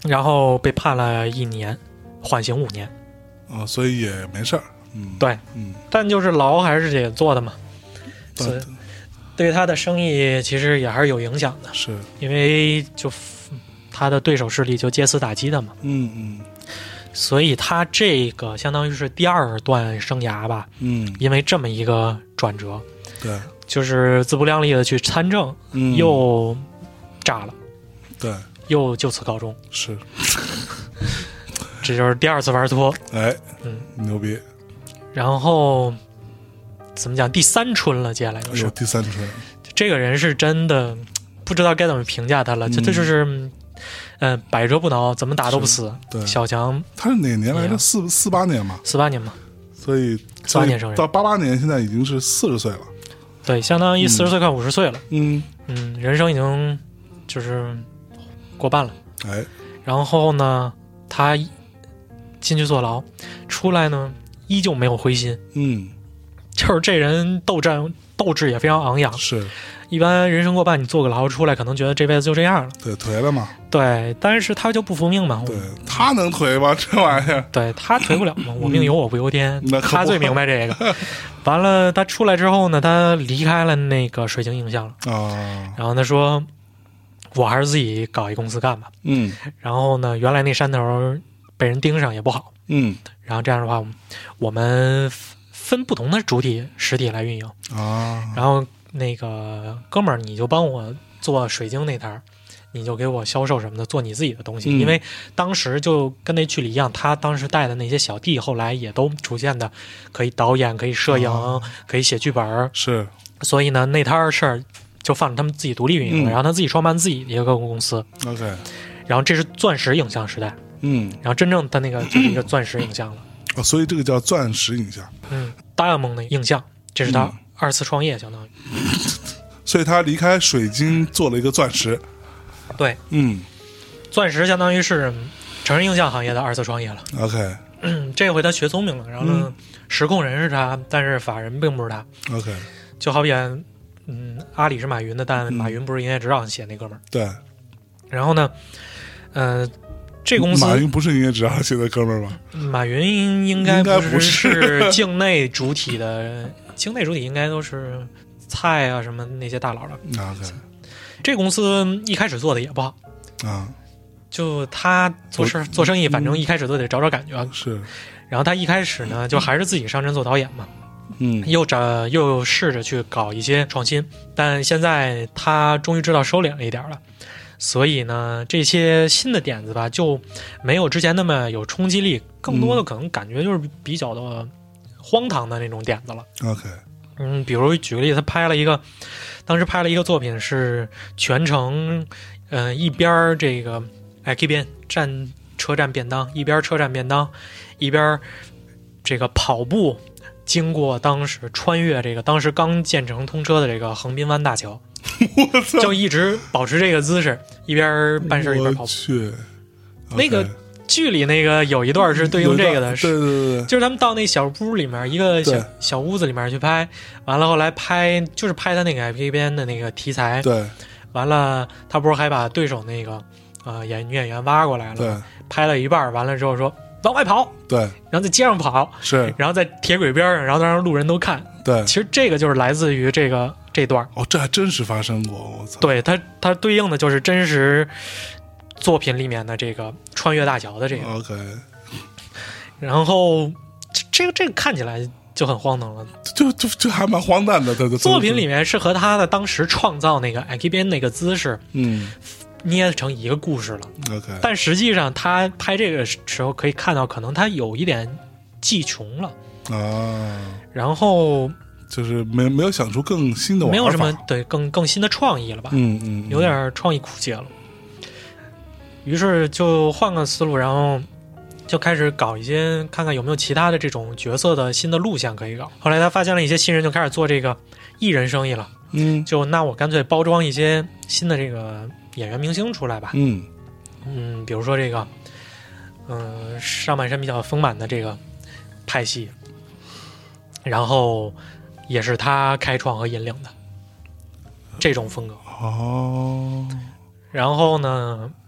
然后被判了一年，缓刑五年。 啊、哦，所以也没事儿。嗯， 对， 嗯， 但就是牢还是得做的嘛，所以对他的生意其实也还是有影响的。 是因为就他的对手势力就借此打击他嘛。 嗯嗯， 所以他这个相当于是第二段生涯吧。 嗯， 因为这么一个转折， 对， 就是自不量力的去参政， 嗯， 又炸了， 对， 又就此告终。 是， 这就是第二次玩脱。 哎， 嗯， 牛逼。 然后怎么讲？第三春了，接下来就是、 哎、第三春。 这个人是真的不知道该怎么评价他了，就、嗯、他就是，嗯、呃，百折不挠，怎么打都不死。 对， 小强， 他是哪年来着？四四八年嘛。 四八年嘛。 所以四八年生人， 到八八年，现在已经是四十岁了。 对，相当于四十岁快五十岁了。 嗯嗯，人生已经就是过半了。 哎， 然后呢，他进去坐牢，出来呢依旧没有灰心。 嗯， 就是这人斗战斗志也非常昂扬。 是， 一般人生过半，你坐个牢出来，可能觉得这辈子就这样了。 对，颓了嘛。 对，但是他就不服命嘛。 对，他能颓吗？这玩意儿。 对，他颓不了嘛。我命由我不由天。 嗯、 他最明白这个。完了，他出来之后呢，他离开了那个水晶映像了。 啊、哦。 然后他说：“我还是自己搞一公司干吧。” 嗯。 然后呢，原来那山头被人盯上也不好。 嗯。 然后这样的话，我们分不同的主体实体来运营啊。 然后那个哥们儿，你就帮我做水晶那摊，你就给我销售什么的，做你自己的东西。 嗯、 因为当时就跟那剧里一样，他当时带的那些小弟，后来也都逐渐的可以导演、可以摄影、啊、可以写剧本。 是， 所以呢，那摊事儿就放着他们自己独立运营了、嗯。然后他自己创办自己的一个公司。 OK。 然后这是钻石影像时代。 嗯。 然后真正的那个就是一个钻石影像了。 哦，所以这个叫钻石影像。 嗯 ，Diamond 的影像，这是他二次创业，相当于。 所以他离开水晶做了一个钻石。 对， 嗯， 钻石相当于是成人映像行业的二次创业了。 OK， 嗯，这回他学聪明了，然后呢，嗯、实控人是他，但是法人并不是他。 OK， 就好比，嗯，阿里是马云的，但马云不是营业执照写那哥们儿、嗯。 对。 然后呢，呃，这公司马云不是营业执照写的哥们儿吧？ 马云应该不是是境内主体的，境内主体应该都是蔡啊什么那些大佬了。 OK。 这公司一开始做的也不好啊， 就他做事做生意，反正一开始都得找找感觉。 嗯、是， 然后他一开始呢，就还是自己上阵做导演嘛， 嗯， 又找又试着去搞一些创新，但现在他终于知道收敛了一点了，所以呢，这些新的点子吧，就没有之前那么有冲击力，更多的可能感觉就是比较的荒唐的那种点子了。 OK， 嗯，比如举个例子，他拍了一个。当时拍了一个作品是全程，呃，一边这个 I K 边站车站便当，一边车站便当，一边这个跑步经过当时穿越这个当时刚建成通车的这个横滨湾大桥，就一直保持这个姿势，一边办事一边跑步。 去， 那个剧里那个有一段是对应这个的， 对对对， 就是他们到那小屋里面一个小小屋子里面去拍，完了后来拍就是拍他那个 I P 边的那个题材， 对， 完了他不是还把对手那个呃演女演员挖过来了， 对， 拍了一半，完了之后说往外跑， 对， 然后在街上跑， 是， 然后在铁轨边上，然后让路人都看， 对， 其实这个就是来自于这个这段， 哦，这还真实发生过，我操， 对，它它对应的就是真实。作品里面的这个穿越大桥的这个 OK， 然后这个这个看起来就很荒唐了， 就就就还蛮荒诞的。对对， 作品里面是和他的当时创造那个 I K 边那个姿势， 嗯， 捏成一个故事了。 OK， 但实际上他拍这个时候可以看到，可能他有一点技穷了啊， 然后就是没没有想出更新的玩法， 没有什么对更更新的创意了吧？ 嗯嗯， 有点创意枯竭了。于是就换个思路，然后就开始搞一些看看有没有其他的这种角色的新的路线可以搞。后来他发现了一些新人，就开始做这个艺人生意了。 嗯， 就那我干脆包装一些新的这个演员明星出来吧。 嗯嗯，比如说这个，嗯、呃，上半身比较丰满的这个派系，然后也是他开创和引领的这种风格。 哦， 然后呢？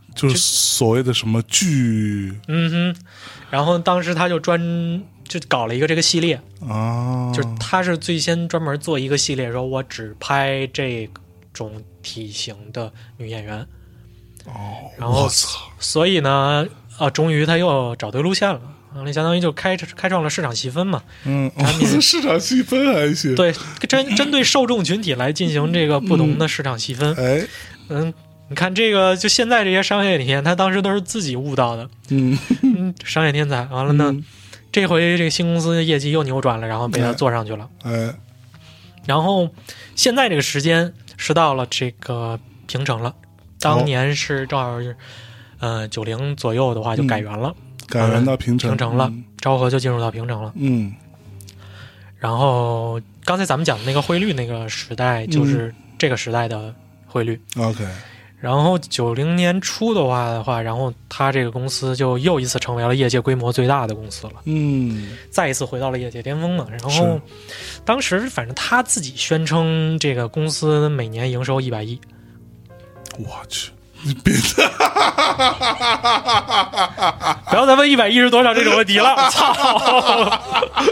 就是所谓的什么剧， 嗯哼，然后当时他就专就搞了一个这个系列啊， 就是他是最先专门做一个系列，说我只拍这种体型的女演员。 哦， 然后我操， 所以呢，啊，终于他又找对路线了。啊，那相当于就开开创了市场细分嘛， 嗯， 产品、 哦、市场细分还行， 对，针针对受众群体来进行这个不同的市场细分。 哎， 嗯，你看这个，就现在这些商业体验，他当时都是自己悟到的， 嗯嗯，商业天才。完了呢， 嗯、 这回这个新公司业绩又扭转了，然后被他做上去了。 哎，哎然后现在这个时间是到了这个平成了，当年是正好是，呃，九零左右的话就改元了。嗯改元到平成， 平成了， 嗯、 昭和就进入到平成了。 嗯， 然后刚才咱们讲的那个汇率那个时代，就是这个时代的汇率。 嗯、OK。 然后九零年初的话的话，然后他这个公司就又一次成为了业界规模最大的公司了。 嗯， 再一次回到了业界巅峰嘛。然后当时反正他自己宣称这个公司每年营收一百亿。 我去。你别不要再问一百亿是多少这种问题了，操！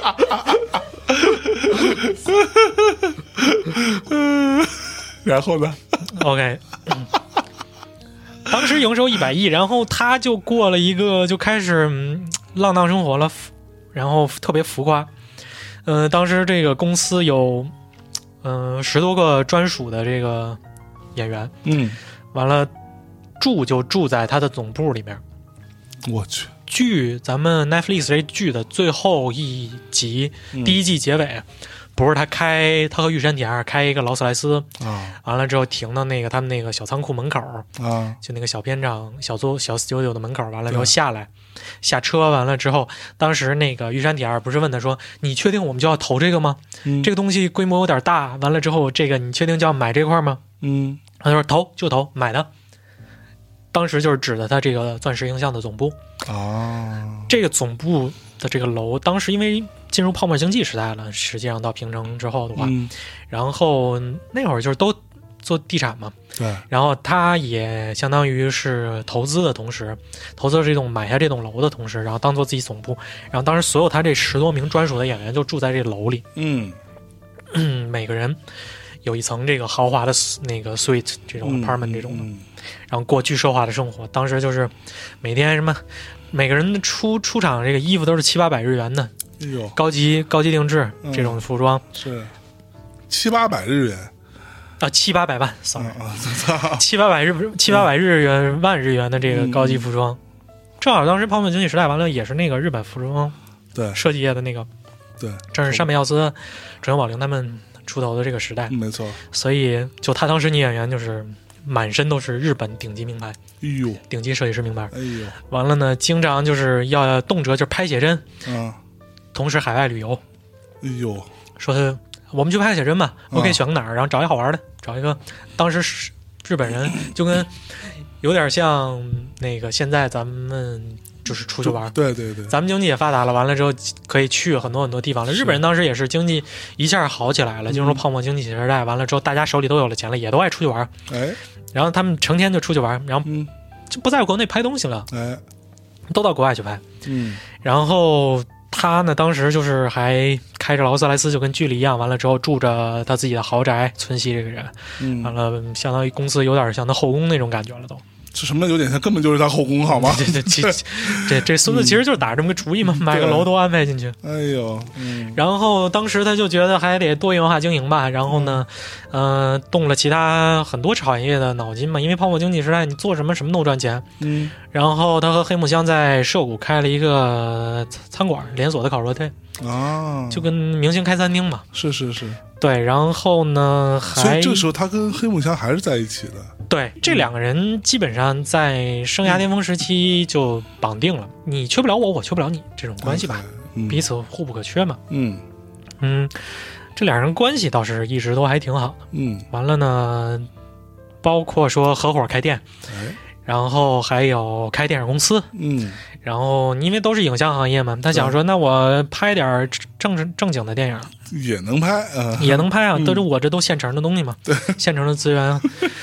然后呢 ？OK，、嗯、当时营收一百亿，然后他就过了一个就开始、嗯、浪荡生活了，然后特别浮夸。嗯、呃，当时这个公司有嗯、呃、十多个专属的这个演员， 嗯， 完了。住就住在他的总部里面。 我去， 剧咱们 Netflix 这剧的最后一集、嗯、第一季结尾，不是他开他和玉山铁二开一个劳斯莱斯啊， 完了之后停到那个他们那个小仓库门口啊， 就那个小片场小租小四九九的门口，完了之后下来下车，完了之后，当时那个玉山铁二不是问他说：“你确定我们就要投这个吗？ 嗯、 这个东西规模有点大，完了之后这个你确定就要买这块吗？” 嗯， 他说：“投就投，买的。”当时就是指的他这个钻石影像的总部啊， 这个总部的这个楼，当时因为进入泡沫经济时代了，实际上到平成之后的话， 嗯、 然后那会儿就是都做地产嘛， 对， 然后他也相当于是投资的同时，投资这栋买下这栋楼的同时，然后当做自己总部，然后当时所有他这十多名专属的演员就住在这楼里， 嗯， 嗯每个人有一层这个豪华的那个 suite 这种 apartment 这种的。 嗯嗯然后过巨奢华的生活，当时就是每天什么，每个人出出场这个衣服都是七八百日元的， 哎呦， 高级高级定制这种服装、 嗯、是七八百日元啊，七八百万 ，sorry，、 嗯、 七八百日七八百日元、嗯、万日元的这个高级服装，嗯、正好当时泡沫经济时代完了，也是那个日本服装对设计业的那个对， 正是山本耀司、竹内保玲他们出头的这个时代， 嗯、没错， 所以就他当时女演员就是。满身都是日本顶级名牌， 哎呦， 顶级设计师名牌， 哎呦， 完了呢，经常就是要动辄就拍写真， 啊， 同时海外旅游， 哎呦， 说我们去拍写真吧，我可以选个哪儿，然后找一好玩的，找一个当时是日本人，就跟有点像那个现在咱们就是出去玩， 对对对， 咱们经济也发达了，完了之后可以去很多很多地方了。日本人当时也是经济一下好起来了，进入泡沫经济时代，完了之后大家手里都有了钱了，也都爱出去玩， 哎， 然后他们成天就出去玩，然后就不在国内拍东西了， 哎， 都到国外去拍， 嗯， 然后他呢当时就是还开着劳斯莱斯，就跟剧里一样，完了之后住着他自己的豪宅，村西这个人， 嗯， 完了相当于公司有点像他后宫那种感觉了都。 是什么有点像，根本就是他后宫好吗？ 对对对，这这孙子其实就是打这么个主意嘛，嗯、买个楼都安排进去。 哎呦，嗯。 然后当时他就觉得还得多元化经营吧，然后呢，嗯、呃，动了其他很多产业的脑筋嘛，因为泡沫经济时代，你做什么什么都赚钱。 嗯。 然后他和黑木香在涉谷开了一个餐馆，连锁的烤肉店。 啊， 就跟明星开餐厅嘛。 是是是。 对，然后呢，还所以这时候他跟黑木香还是在一起的。 对，这两个人基本上在生涯巅峰时期就绑定了，嗯、你缺不了我，我缺不了你这种关系吧， 嗯、 彼此互不可缺嘛。 嗯嗯，这两人关系倒是一直都还挺好的。 嗯， 完了呢，包括说合伙开店， 哎， 然后还有开电影公司， 嗯， 然后因为都是影像行业嘛，他想说，那我拍点正正经的电影也能拍啊， 也能拍啊， 嗯、 都是我这都现成的东西嘛， 对， 现成的资源。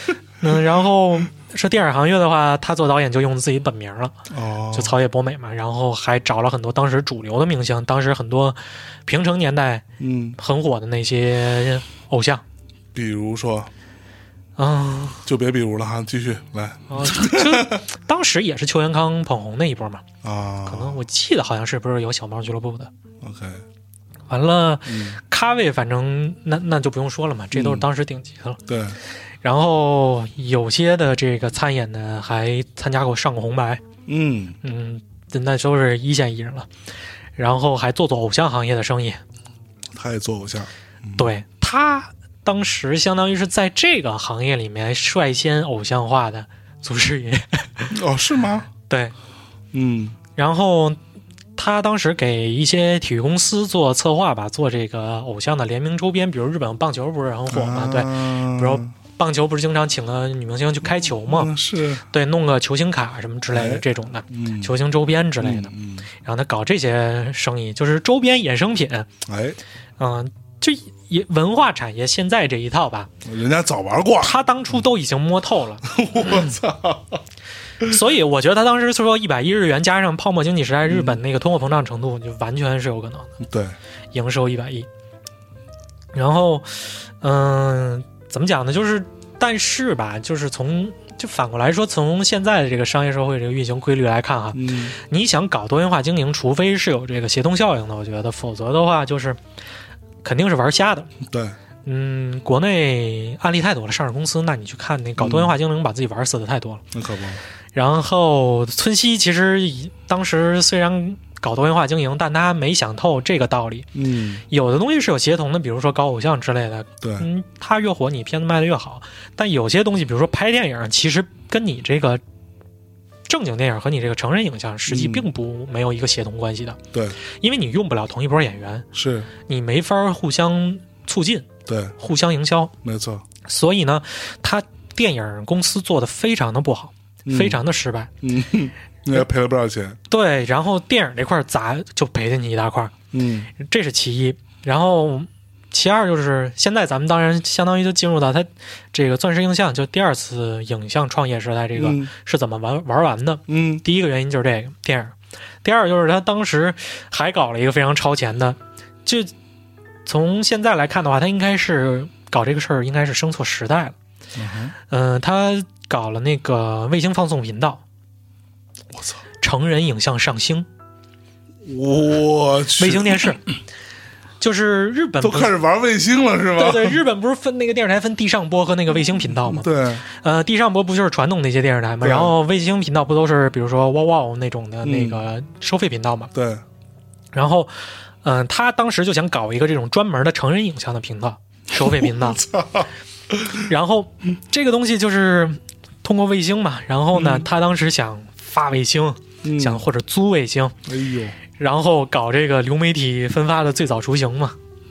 嗯，然后说电影行业的话，他做导演就用自己本名了， 哦， 就草野博美嘛，然后还找了很多当时主流的明星，当时很多平成年代嗯很火的那些偶像， 比如说。 嗯， 就别比如了哈，继续来。 啊，就当时也是邱元康捧红那一波嘛， 啊， 可能我记得好像是不是有小猫俱乐部的。 OK， 完了， 嗯， 咖位反正那那就不用说了嘛，这都是当时顶级的了。 嗯、对， 然后有些的这个参演的还参加过上过红白， 嗯嗯，那都是一线艺人了。然后还做做偶像行业的生意， 他也做偶像， 嗯、对他。当时相当于是在这个行业里面率先偶像化的祖师爷。 哦，是吗？ 对， 嗯， 然后他当时给一些体育公司做策划吧，做这个偶像的联名周边，比如日本棒球不是很火吗？啊、对，比如棒球不是经常请个女明星去开球吗？ 嗯、是， 对，弄个球星卡什么之类的、哎、这种的、嗯，球星周边之类的， 嗯嗯、 然后他搞这些生意，就是周边衍生品， 哎， 嗯，就也文化产业现在这一套吧， 人家早玩过， 他当初都已经摸透了。 我操！ 所以我觉得他当时说一百亿日元加上泡沫经济时代日本那个通货膨胀程度，就完全是有可能的。 对， 营收一百亿。然后，嗯、呃，怎么讲呢？就是，但是吧，就是从就反过来说，从现在的这个商业社会这个运行规律来看哈， 嗯， 你想搞多元化经营，除非是有这个协同效应的，我觉得，否则的话就是肯定是玩瞎的。 对。 嗯，国内案例太多了，上市公司，那你去看那搞多元化经营，把自己玩死的太多了。 那可不。 然后村西其实当时虽然搞多元化经营，但他没想透这个道理。 嗯， 有的东西是有协同的，比如说搞偶像之类的。 对， 嗯，他越火，你片子卖的越好。但有些东西，比如说拍电影，其实跟你这个正经电影和你这个成人影像，实际并不没有一个协同关系的。 嗯、对， 因为你用不了同一波演员， 是你没法互相促进。 对， 互相营销， 没错。 所以呢，他电影公司做的非常的不好， 嗯、 非常的失败。 嗯，也赔了不少钱。 对，然后电影这块砸就赔进去一大块。 嗯， 这是其一。然后其二就是现在咱们当然相当于就进入到他这个钻石映像就第二次影像创业时代，这个是怎么玩玩完的？ 嗯， 第一个原因就是这个电影，第二就是他当时还搞了一个非常超前的，就。从现在来看的话，他应该是搞这个事儿，应该是生错时代了。嗯、呃，他搞了那个卫星放送频道， 我操， 成人影像上星， 我去， 卫星电视，就是日本都开始玩卫星了是吧？ 对对，日本不是分那个电视台分地上波和那个卫星频道吗？ 对， 呃，地上波不就是传统那些电视台吗？然后卫星频道不都是比如说哇哇那种的那个收费频道吗？ 嗯、对， 然后。嗯、呃，他当时就想搞一个这种专门的成人影像的频道，收费频道。然后这个东西就是通过卫星嘛，然后呢，嗯、他当时想发卫星， 嗯、 想或者租卫星， 哎呦， 然后搞这个流媒体分发的最早雏形嘛。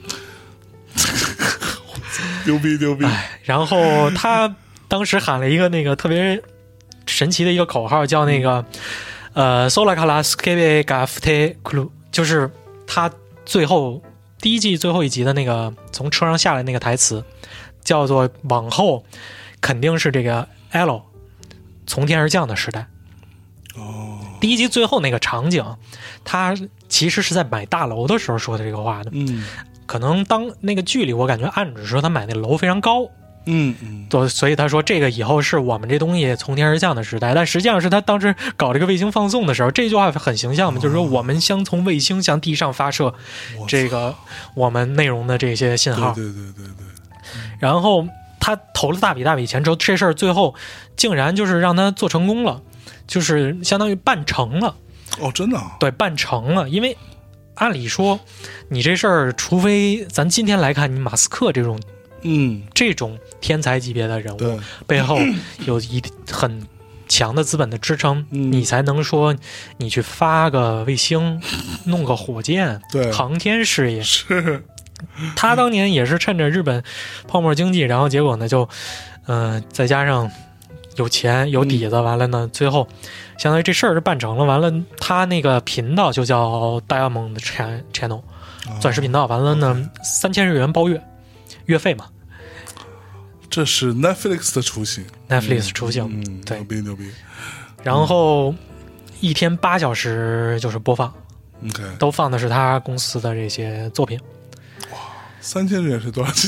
牛逼牛逼！ 然后他当时喊了一个那个特别神奇的一个口号，叫那个、嗯、呃 “Sola Kala Skebe Gafte Klu”，就是他。最后第一季最后一集的那个从车上下来那个台词叫做往后肯定是这个 L 从天而降的时代。 哦， 第一集最后那个场景他其实是在买大楼的时候说的这个话的。 嗯， 可能当那个剧里我感觉暗指说他买那楼非常高。 嗯嗯， 对，所以他说这个以后是我们这东西从天而降的时代，但实际上是他当时搞这个卫星放送的时候，这句话很形象嘛，哦、就是说我们将从卫星向地上发射这个我们内容的这些信号。 对对对对对。 然后他投了大笔大笔钱之后，这事儿最后竟然就是让他做成功了，就是相当于办成了。 哦，真的、啊？ 对，办成了，因为按理说你这事儿，除非咱今天来看，你马斯克这种。 嗯， 这种天才级别的人物背后有一很强的资本的支撑， 嗯、 你才能说你去发个卫星，弄个火箭， 对， 航天事业。 是， 他当年也是趁着日本泡沫经济，然后结果呢就，嗯、呃，再加上有钱有底子，完了呢，最后相当于这事儿就办成了。完了，他那个频道就叫 Diamond Channel， 钻石频道。完了呢，三千日元包月，月费嘛。 这是 Netflix 的雏形 ，Netflix 雏形， 嗯， 对， 牛逼牛逼。 然后一天八小时就是播放 ，OK， 都放的是他公司的这些作品。 三千日元是多少钱？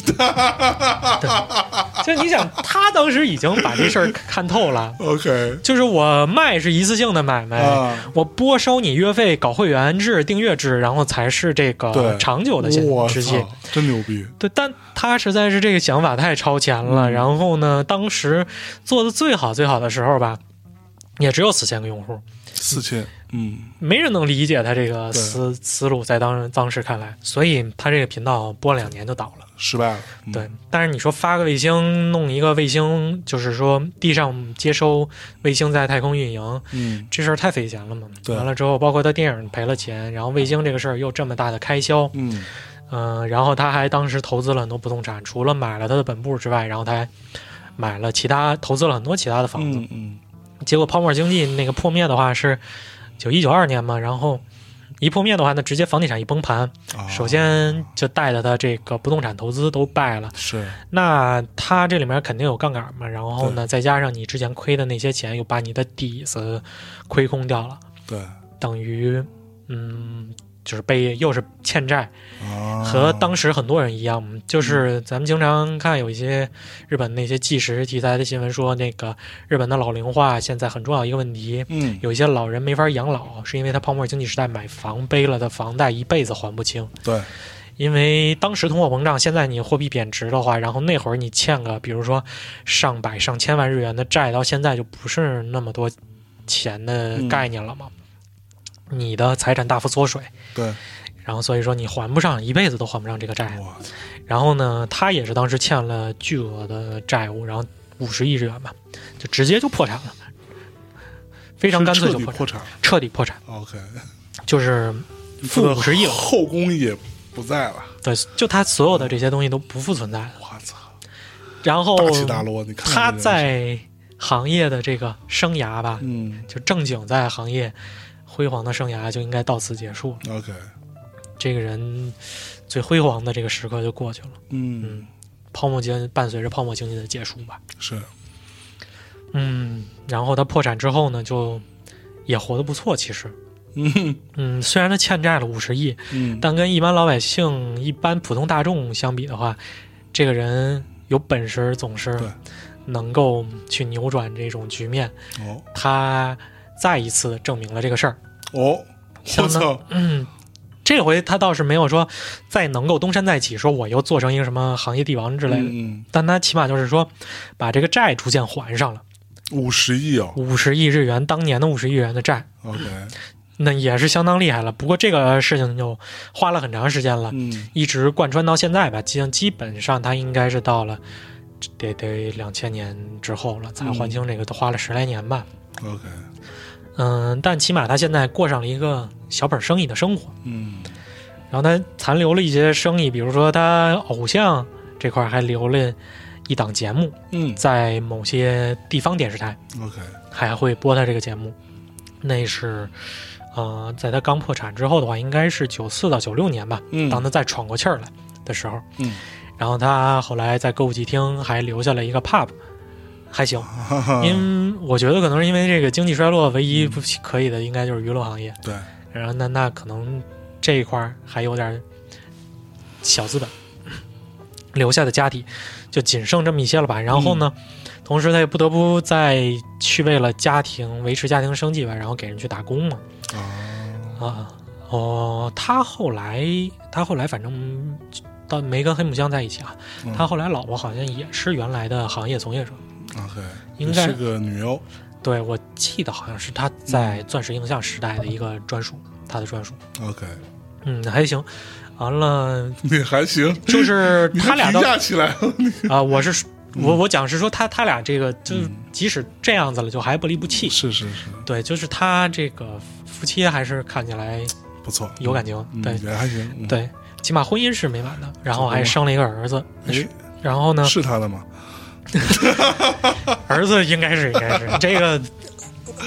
就你想，他当时已经把这事儿看透了。 OK， 就是我卖是一次性的买卖，啊、我拨收你月费，搞会员制、订阅制，然后才是这个长久的现实际。 真牛逼！ 对，但他实在是这个想法太超前了。嗯、然后呢，当时做的最好最好的时候吧，也只有四千个用户。 四千，嗯， 没人能理解他这个思思路，在当当时看来，所以他这个频道播了两年就倒了， 失败了。 嗯、对，但是你说发个卫星，弄一个卫星，就是说地上接收卫星在太空运营， 嗯， 这事儿太费钱了嘛。 对， 完了之后，包括他电影赔了钱，然后卫星这个事儿又这么大的开销， 嗯， 嗯、呃，然后他还当时投资了很多不动产，除了买了他的本部之外，然后他还买了其他，投资了很多其他的房子， 嗯。嗯， 结果泡沫经济那个破灭的话是九一九二年嘛，然后一破灭的话，那直接房地产一崩盘， 哦、 首先就带着他这个不动产投资都败了。 是， 那他这里面肯定有杠杆嘛，然后呢，再加上你之前亏的那些钱，又把你的底子亏空掉了， 对， 等于嗯，就是被又是欠债， 哦、 和当时很多人一样，就是咱们经常看有一些日本那些纪实题材的新闻说，那个日本的老龄化现在很重要一个问题， 嗯， 有一些老人没法养老，是因为他泡沫经济时代买房背了的房贷一辈子还不清。 对， 因为当时通货膨胀，现在你货币贬值的话，然后那会儿你欠个比如说上百上千万日元的债，到现在就不是那么多钱的概念了嘛。嗯，你的财产大幅缩水， 对， 然后所以说你还不上，一辈子都还不上这个债。然后呢，他也是当时欠了巨额的债务，然后五十亿日元吧，就直接就破产了，非常干脆就破产， 彻底破产。 OK， 就是负五十亿了， 后宫也不在了。 对，就他所有的这些东西都不复存在了。 我操！ 然后大起大落，你看他在行业的这个生涯吧， 嗯， 就正经在行业辉煌的生涯就应该到此结束了。 OK， 这个人最辉煌的这个时刻就过去了。 嗯嗯，泡沫经伴随着泡沫经济的结束吧。 是， 嗯，然后他破产之后呢，就也活得不错。其实， 嗯嗯，虽然他欠债了五十亿， 嗯， 但跟一般老百姓、一般普通大众相比的话，这个人有本事总是能够去扭转这种局面。 哦， 他再一次证明了这个事儿。 哦，我操， 嗯，这回他倒是没有说再能够东山再起，说我又做成一个什么行业帝王之类的， 嗯， 但他起码就是说把这个债逐渐还上了。 五十亿哦， 五十亿日元，当年的五十亿元的债。 OK， 那也是相当厉害了。不过这个事情就花了很长时间了， 嗯， 一直贯穿到现在吧。基基本上他应该是到了得得两千年之后了才还清这个，都花了十来年吧。 OK， 嗯，但起码他现在过上了一个小本生意的生活。 嗯， 然后他残留了一些生意，比如说他偶像这块还留了一档节目， 嗯， 在某些地方电视台 OK 还会播他这个节目。那是呃，在他刚破产之后的话，应该是九四到九六年吧， 嗯， 当他再喘过气儿来的时候， 嗯， 然后他后来在歌舞伎町还留下了一个 pub， 还行，因为我觉得可能是因为这个经济衰落，唯一不可以的应该就是娱乐行业， 对， 然后那那可能这一块还有点小资本留下的家底就仅剩这么一些了吧。然后呢，嗯，同时他也不得不再去为了家庭维持家庭生计吧，然后给人去打工嘛。 啊啊哦，他后来他后来反正到没跟黑木香在一起啊，嗯，他后来老婆好像也是原来的行业从业者。 OK， 应该是个女优。 对，我记得好像是他在钻石映像时代的一个专属，嗯，他的专属。 OK， 嗯，还行。完了， 你还行， 就是他俩评价起来了啊，呃！我是我我讲是说他他俩这个，就即使这样子了，就还不离不弃。 是是是， 对，就是他这个夫妻还是看起来不错， 有感情。 嗯， 对， 也还行。嗯， 对，起码婚姻是美满的，然后还生了一个儿子。 哎， 然后呢？ 是他的吗？ 儿子应该是应该是这个。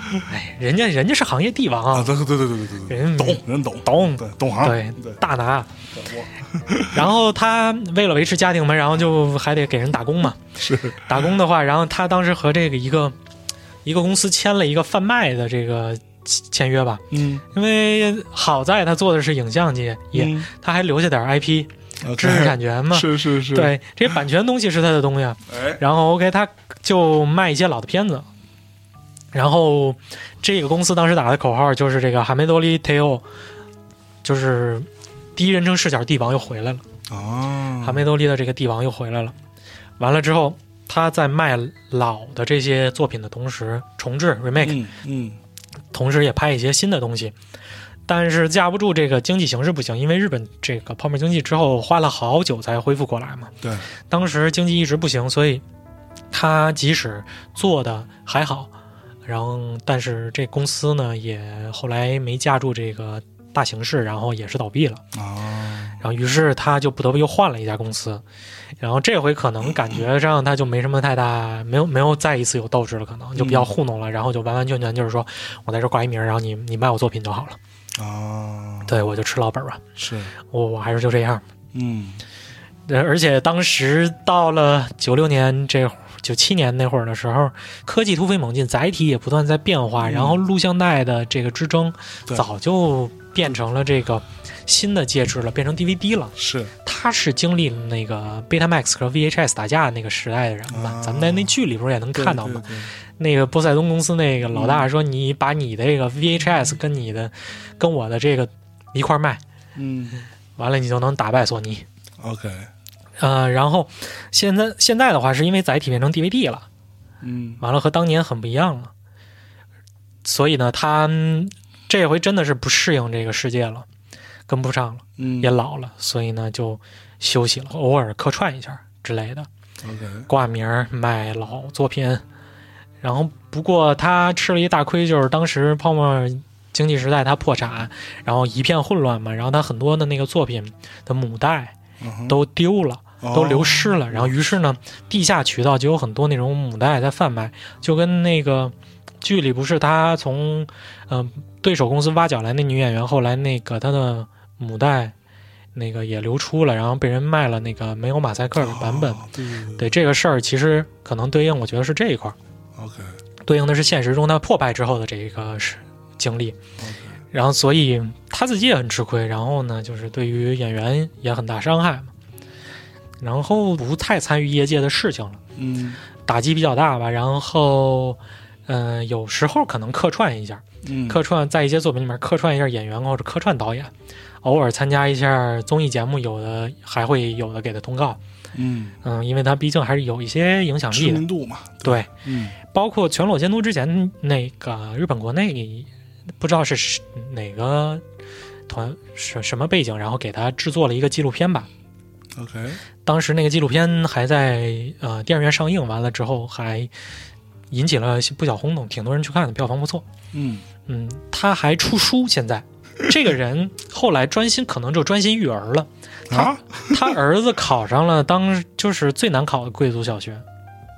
哎，人家人家是行业帝王啊！对对对对对对对， 人懂人懂懂对懂行， 对对大拿。然后他为了维持家庭嘛，然后就还得给人打工嘛。 是打工的话，然后他当时和这个一个一个公司签了一个贩卖的这个签约吧。 嗯， 因为好在他做的是影像界业， 嗯、 他还留下点 I P。知识产权嘛， 是是是， 对，这些版权东西是他的东西。 哎， 然后 OK， 他就卖一些老的片子。然后这个公司当时打的口号就是这个哈梅多利 Teo， 就是第一人称视角帝王又回来了啊， 哈梅多利的这个帝王又回来了。完了之后，他在卖老的这些作品的同时，重制 remake， 嗯，嗯同时也拍一些新的东西。但是架不住这个经济形势不行，因为日本这个泡沫经济之后花了好久才恢复过来嘛。 对， 当时经济一直不行，所以他即使做的还好，然后但是这公司呢也后来没架住这个大形势，然后也是倒闭了啊。 然后于是他就不得不又换了一家公司，然后这回可能感觉上他就没什么太大，没有没有再一次有斗志了，可能就比较糊弄了，然后就完完全全就是说我在这挂一名，然后你你卖我作品就好了。 啊， 对，我就吃老本吧， 是我我还是就这样。 嗯， 而且当时到了九六年这九七年那会儿的时候，科技突飞猛进，载体也不断在变化，嗯、然后录像带的这个之争早就变成了这个新的介质了，变成 D V D 了。 是， 他是经历了那个 Betamax 和 V H S 打架那个时代的人嘛，啊、咱们在那剧里边也能看到嘛。 对对对， 那个波塞冬公司那个老大说：“你把你的这个 V H S 跟你的、跟我的这个一块卖， 嗯， 完了你就能打败索尼。” OK， 呃，然后现在现在的话是因为载体变成 D V D 了， 嗯， 完了和当年很不一样了，所以呢，他这回真的是不适应这个世界了，跟不上了， 嗯， 也老了，所以呢就休息了，偶尔客串一下之类的 ，OK， 挂名卖老作品。然后不过他吃了一大亏，就是当时泡沫经济时代他破产，然后一片混乱嘛，然后他很多的那个作品的母带都丢了， 嗯、 都流失了，然后于是呢地下渠道就有很多那种母带在贩卖，就跟那个剧里不是他从呃对手公司挖角来那女演员，后来那个他的母带那个也流出了，然后被人卖了那个没有马赛克的版本。 哦、对, 对, 对, 对这个事儿其实可能对应我觉得是这一块。 OK， 对应的是现实中他破败之后的这个经历。 Okay. 然后所以他自己也很吃亏，然后呢就是对于演员也很大伤害嘛，然后不太参与业界的事情了， 嗯， 打击比较大吧。然后嗯、呃，有时候可能客串一下， 嗯， 客串在一些作品里面客串一下演员或者客串导演，偶尔参加一下综艺节目，有的还会有的给他通告。 嗯嗯，因为他毕竟还是有一些影响力的， 知名度嘛。 对， 嗯， 包括全裸监督之前那个日本国内不知道是哪个团是什么背景，然后给他制作了一个纪录片吧。 OK， 当时那个纪录片还在呃电影院上映，完了之后还引起了不小轰动，挺多人去看的，票房不错。 嗯嗯，他还出书，现在这个人后来专心可能就专心育儿了。他、啊、他儿子考上了当就是最难考的贵族小学。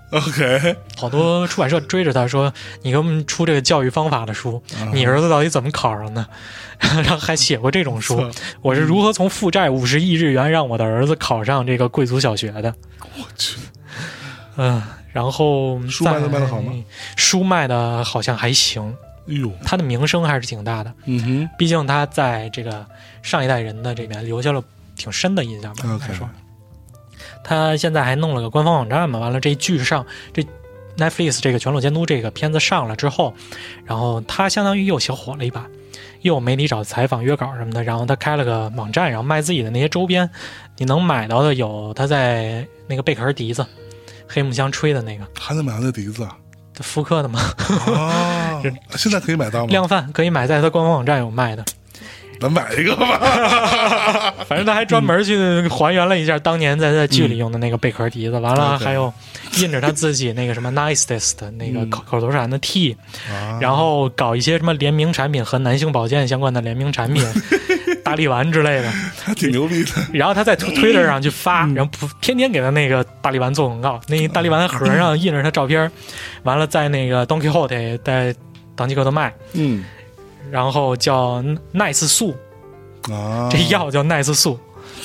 OK， 好多出版社追着他说：“你给我们出这个教育方法的书，啊、你儿子到底怎么考上的？”然后还写过这种书，我是如何从负债五十亿日元让我的儿子考上这个贵族小学的。 我去， 嗯、呃，然后书卖的卖的好吗？ 书卖的好像还行。 哎呦， 他的名声还是挺大的。 嗯哼， 毕竟他在这个上一代人的这边留下了挺深的印象吧。 OK， 来说。他现在还弄了个官方网站嘛，完了这剧上这 Netflix 这个全裸监督这个片子上了之后，然后他相当于又小火了一把，又有媒体找采访约稿什么的，然后他开了个网站，然后卖自己的那些周边，你能买到的有他在那个贝壳笛子黑木香吹的那个， 还能买到那笛子啊？ 复刻的吗？ 啊，现在可以买到吗？ 量贩可以买，在他官方网站有卖的。 咱买一个吧。 反正他还专门去还原了一下当年在在剧里用的那个贝壳笛子，完了还有印着他自己那个什么 nicest 的那个口口头禅的 T，、嗯、然后搞一些什么联名产品和男性保健相关的联名产品，大力丸之类的， 还挺牛逼的。 然后他在 Twitter 上去发，然后天天给他那个大力丸做广告，那大力丸盒上印着他照片，完了在那个 Don Quixote 在唐吉诃德麦， 嗯， 然后叫奈斯素啊， 这药叫奈斯素。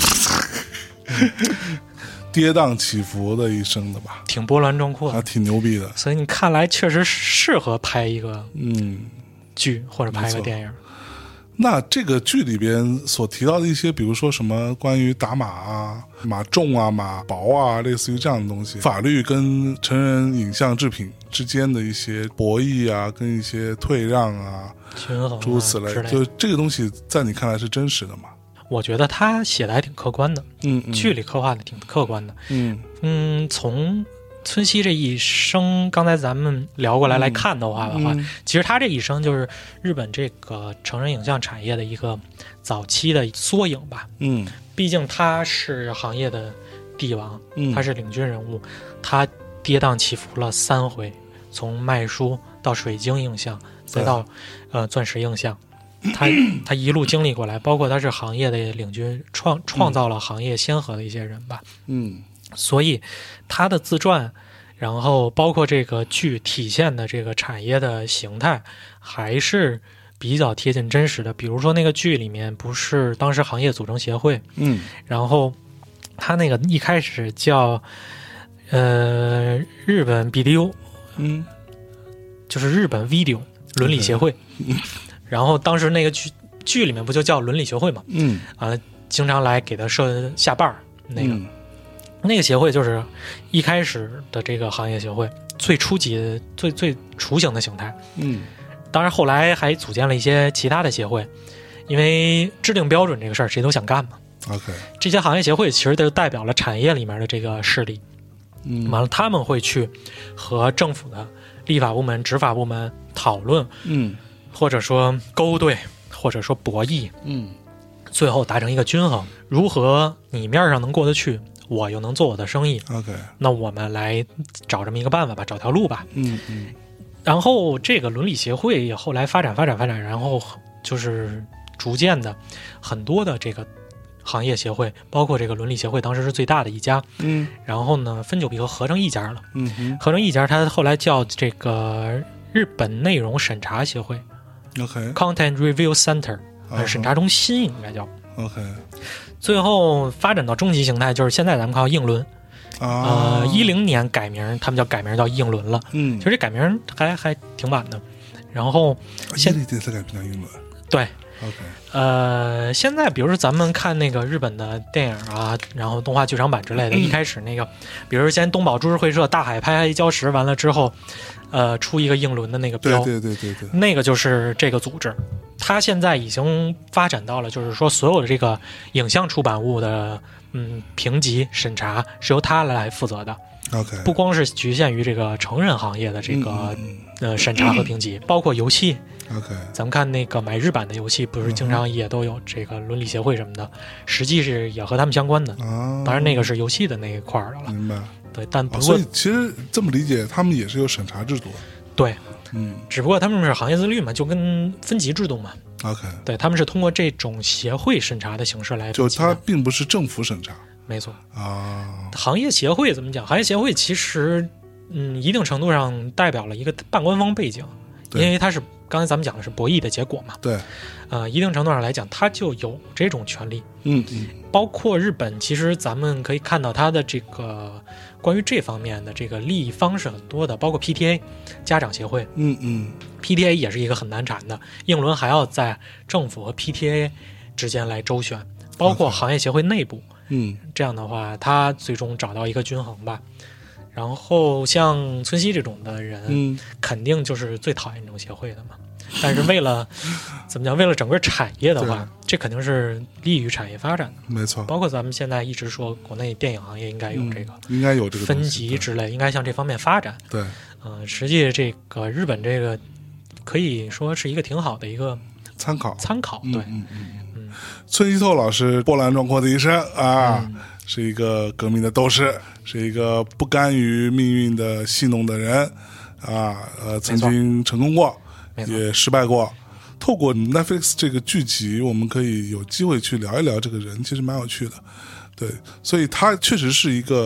跌宕起伏的一生的吧， 挺波澜壮阔的， 还挺牛逼的。 所以你看来确实适合拍一个嗯剧或者拍一个电影。 那这个剧里边所提到的一些，比如说什么关于打马啊、马重啊、马薄啊，类似于这样的东西，法律跟成人影像制品之间的一些博弈啊，跟一些退让啊、 均衡啊诸如此类，就这个东西在你看来是真实的吗？ 我觉得他写的还挺客观的， 嗯，嗯剧里刻画的挺客观的， 嗯嗯，从村西这一生，刚才咱们聊过来来看的话的话， 嗯、 其实他这一生就是日本这个成人影像产业的一个早期的缩影吧。 嗯，毕竟他是行业的帝王， 嗯、 他是领军人物，他跌宕起伏了三回，从麦书到水晶映像，再到呃钻石映像。他他一路经历过来，包括他是行业的领军，创创造了行业先河的一些人吧。 嗯， 所以他的自传，然后包括这个剧体现的这个产业的形态，还是比较贴近真实的。比如说那个剧里面不是当时行业组成协会， 嗯， 然后他那个一开始叫呃日本 B D O， 嗯， 就是日本 Video 伦理协会。 嗯然后当时那个剧剧里面不就叫伦理协会嘛？ 嗯， 啊，经常来给他设下绊儿。那个、 嗯、 那个协会就是一开始的这个行业协会最初级、最最雏形的形态。 嗯， 当然后来还组建了一些其他的协会，因为制定标准这个事儿谁都想干嘛。 OK， 这些行业协会其实就代表了产业里面的这个势力。 嗯， 完了他们会去和政府的立法部门、执法部门讨论。 嗯。 或者说勾兑，或者说博弈， 嗯， 最后达成一个均衡。如何你面上能过得去，我又能做我的生意 ？OK， 那我们来找这么一个办法吧，找条路吧。 嗯嗯。 然后这个伦理协会后来发展发展发展，然后就是逐渐的很多的这个行业协会，包括这个伦理协会，当时是最大的一家。 嗯。 然后呢，分久必合，合成一家了。 嗯哼。 合成一家，它后来叫这个日本内容审查协会。OK，Content Review Center， uh-huh. 审查中心应该叫。 OK， 最后发展到终极形态，就是现在咱们看到映伦， 啊、 呃，一零年改名，他们叫改名叫映伦了。 嗯， 其实这改名还还挺晚的。然后现在这次改名叫映伦。 对。 OK， 呃，现在比如说咱们看那个日本的电影啊，然后动画剧场版之类的， 嗯、 一开始那个，比如说先东宝株式会社大海拍黑礁石完了之后。呃，出一个映伦的那个标， 对对对对对， 那个就是这个组织，它现在已经发展到了，就是说所有的这个影像出版物的嗯评级审查是由它来负责的。 OK， 不光是局限于这个成人行业的这个、嗯、呃审查和评级，包括游戏。 OK， 咱们看那个买日版的游戏，不是经常也都有这个伦理协会什么的，实际是也和他们相关的。 啊， 当然那个是游戏的那一块的了。 明白。 对，但不过、 哦、所以其实这么理解，他们也是有审查制度的。 对， 嗯， 只不过他们是行业自律嘛，就跟分级制度嘛。 OK， 对，他们是通过这种协会审查的形式来， 就它并不是政府审查。 没错啊， 行业协会怎么讲？行业协会其实，嗯，一定程度上代表了一个半官方背景，因为它是刚才咱们讲的是博弈的结果嘛。 对， 呃，一定程度上来讲，它就有这种权利。 嗯嗯， 包括日本，其实咱们可以看到它的这个关于这方面的这个利益方是很多的，包括 P T A 家长协会， 嗯嗯 ，P T A 也是一个很难缠的，映伦还要在政府和 P T A 之间来周旋，包括行业协会内部， 嗯， 这样的话，他最终找到一个均衡吧。然后像村西这种的人， 嗯， 肯定就是最讨厌这种协会的嘛。但是为了怎么讲？为了整个产业的话，这肯定是利于产业发展的。 没错， 包括咱们现在一直说，国内电影行业应该有这个， 嗯、应该有这个分级之类，应该向这方面发展。 对， 嗯、呃，实际这个日本这个可以说是一个挺好的一个参考参考。对， 嗯嗯嗯。村西透老师波澜壮阔的一生啊、嗯，是一个革命的斗士，是一个不甘于命运的戏弄的人啊，呃，曾经成功过。也失败过。透过 Netflix 这个剧集，我们可以有机会去聊一聊这个人，其实蛮有趣的。对，所以他确实是一个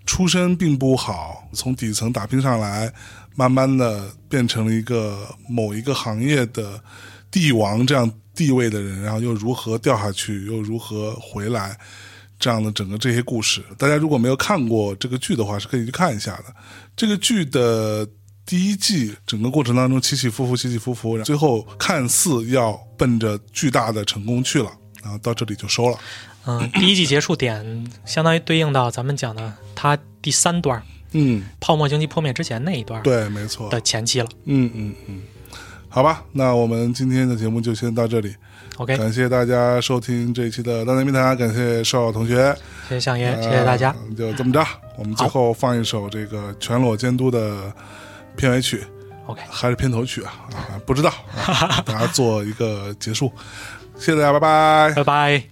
出身并不好，从底层打拼上来，慢慢的变成了一个某一个行业的帝王这样地位的人，然后又如何掉下去，又如何回来，这样的整个这些故事，大家如果没有看过这个剧的话，是可以去看一下的。这个剧的第一季整个过程当中起起伏伏起起伏伏，最后看似要奔着巨大的成功去了，然后到这里就收了。 嗯，第一季结束点相当于对应到咱们讲的它第三段， 嗯， 泡沫经济破灭之前那一段， 对，没错的前期了。 嗯嗯嗯，好吧，那我们今天的节目就先到这里。 OK， 感谢大家收听这一期的大内密谈，感谢邵同学， 谢谢相爷，谢谢大家。 呃、就这么着，我们最后放一首这个全裸监督的片尾曲 OK， 还是片头曲啊？啊不知道，啊、大家做一个结束。谢谢大家，拜拜， 拜拜。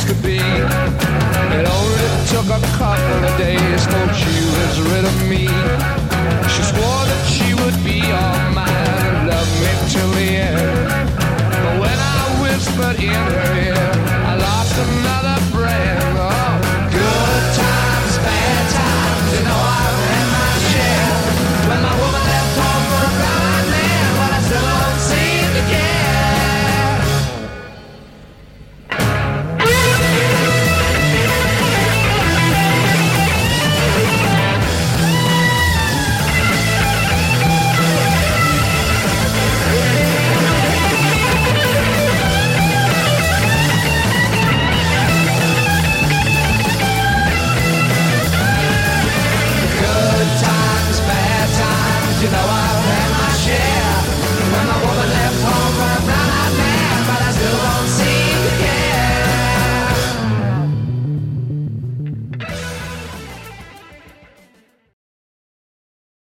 Took a couple of days, for she was rid of me.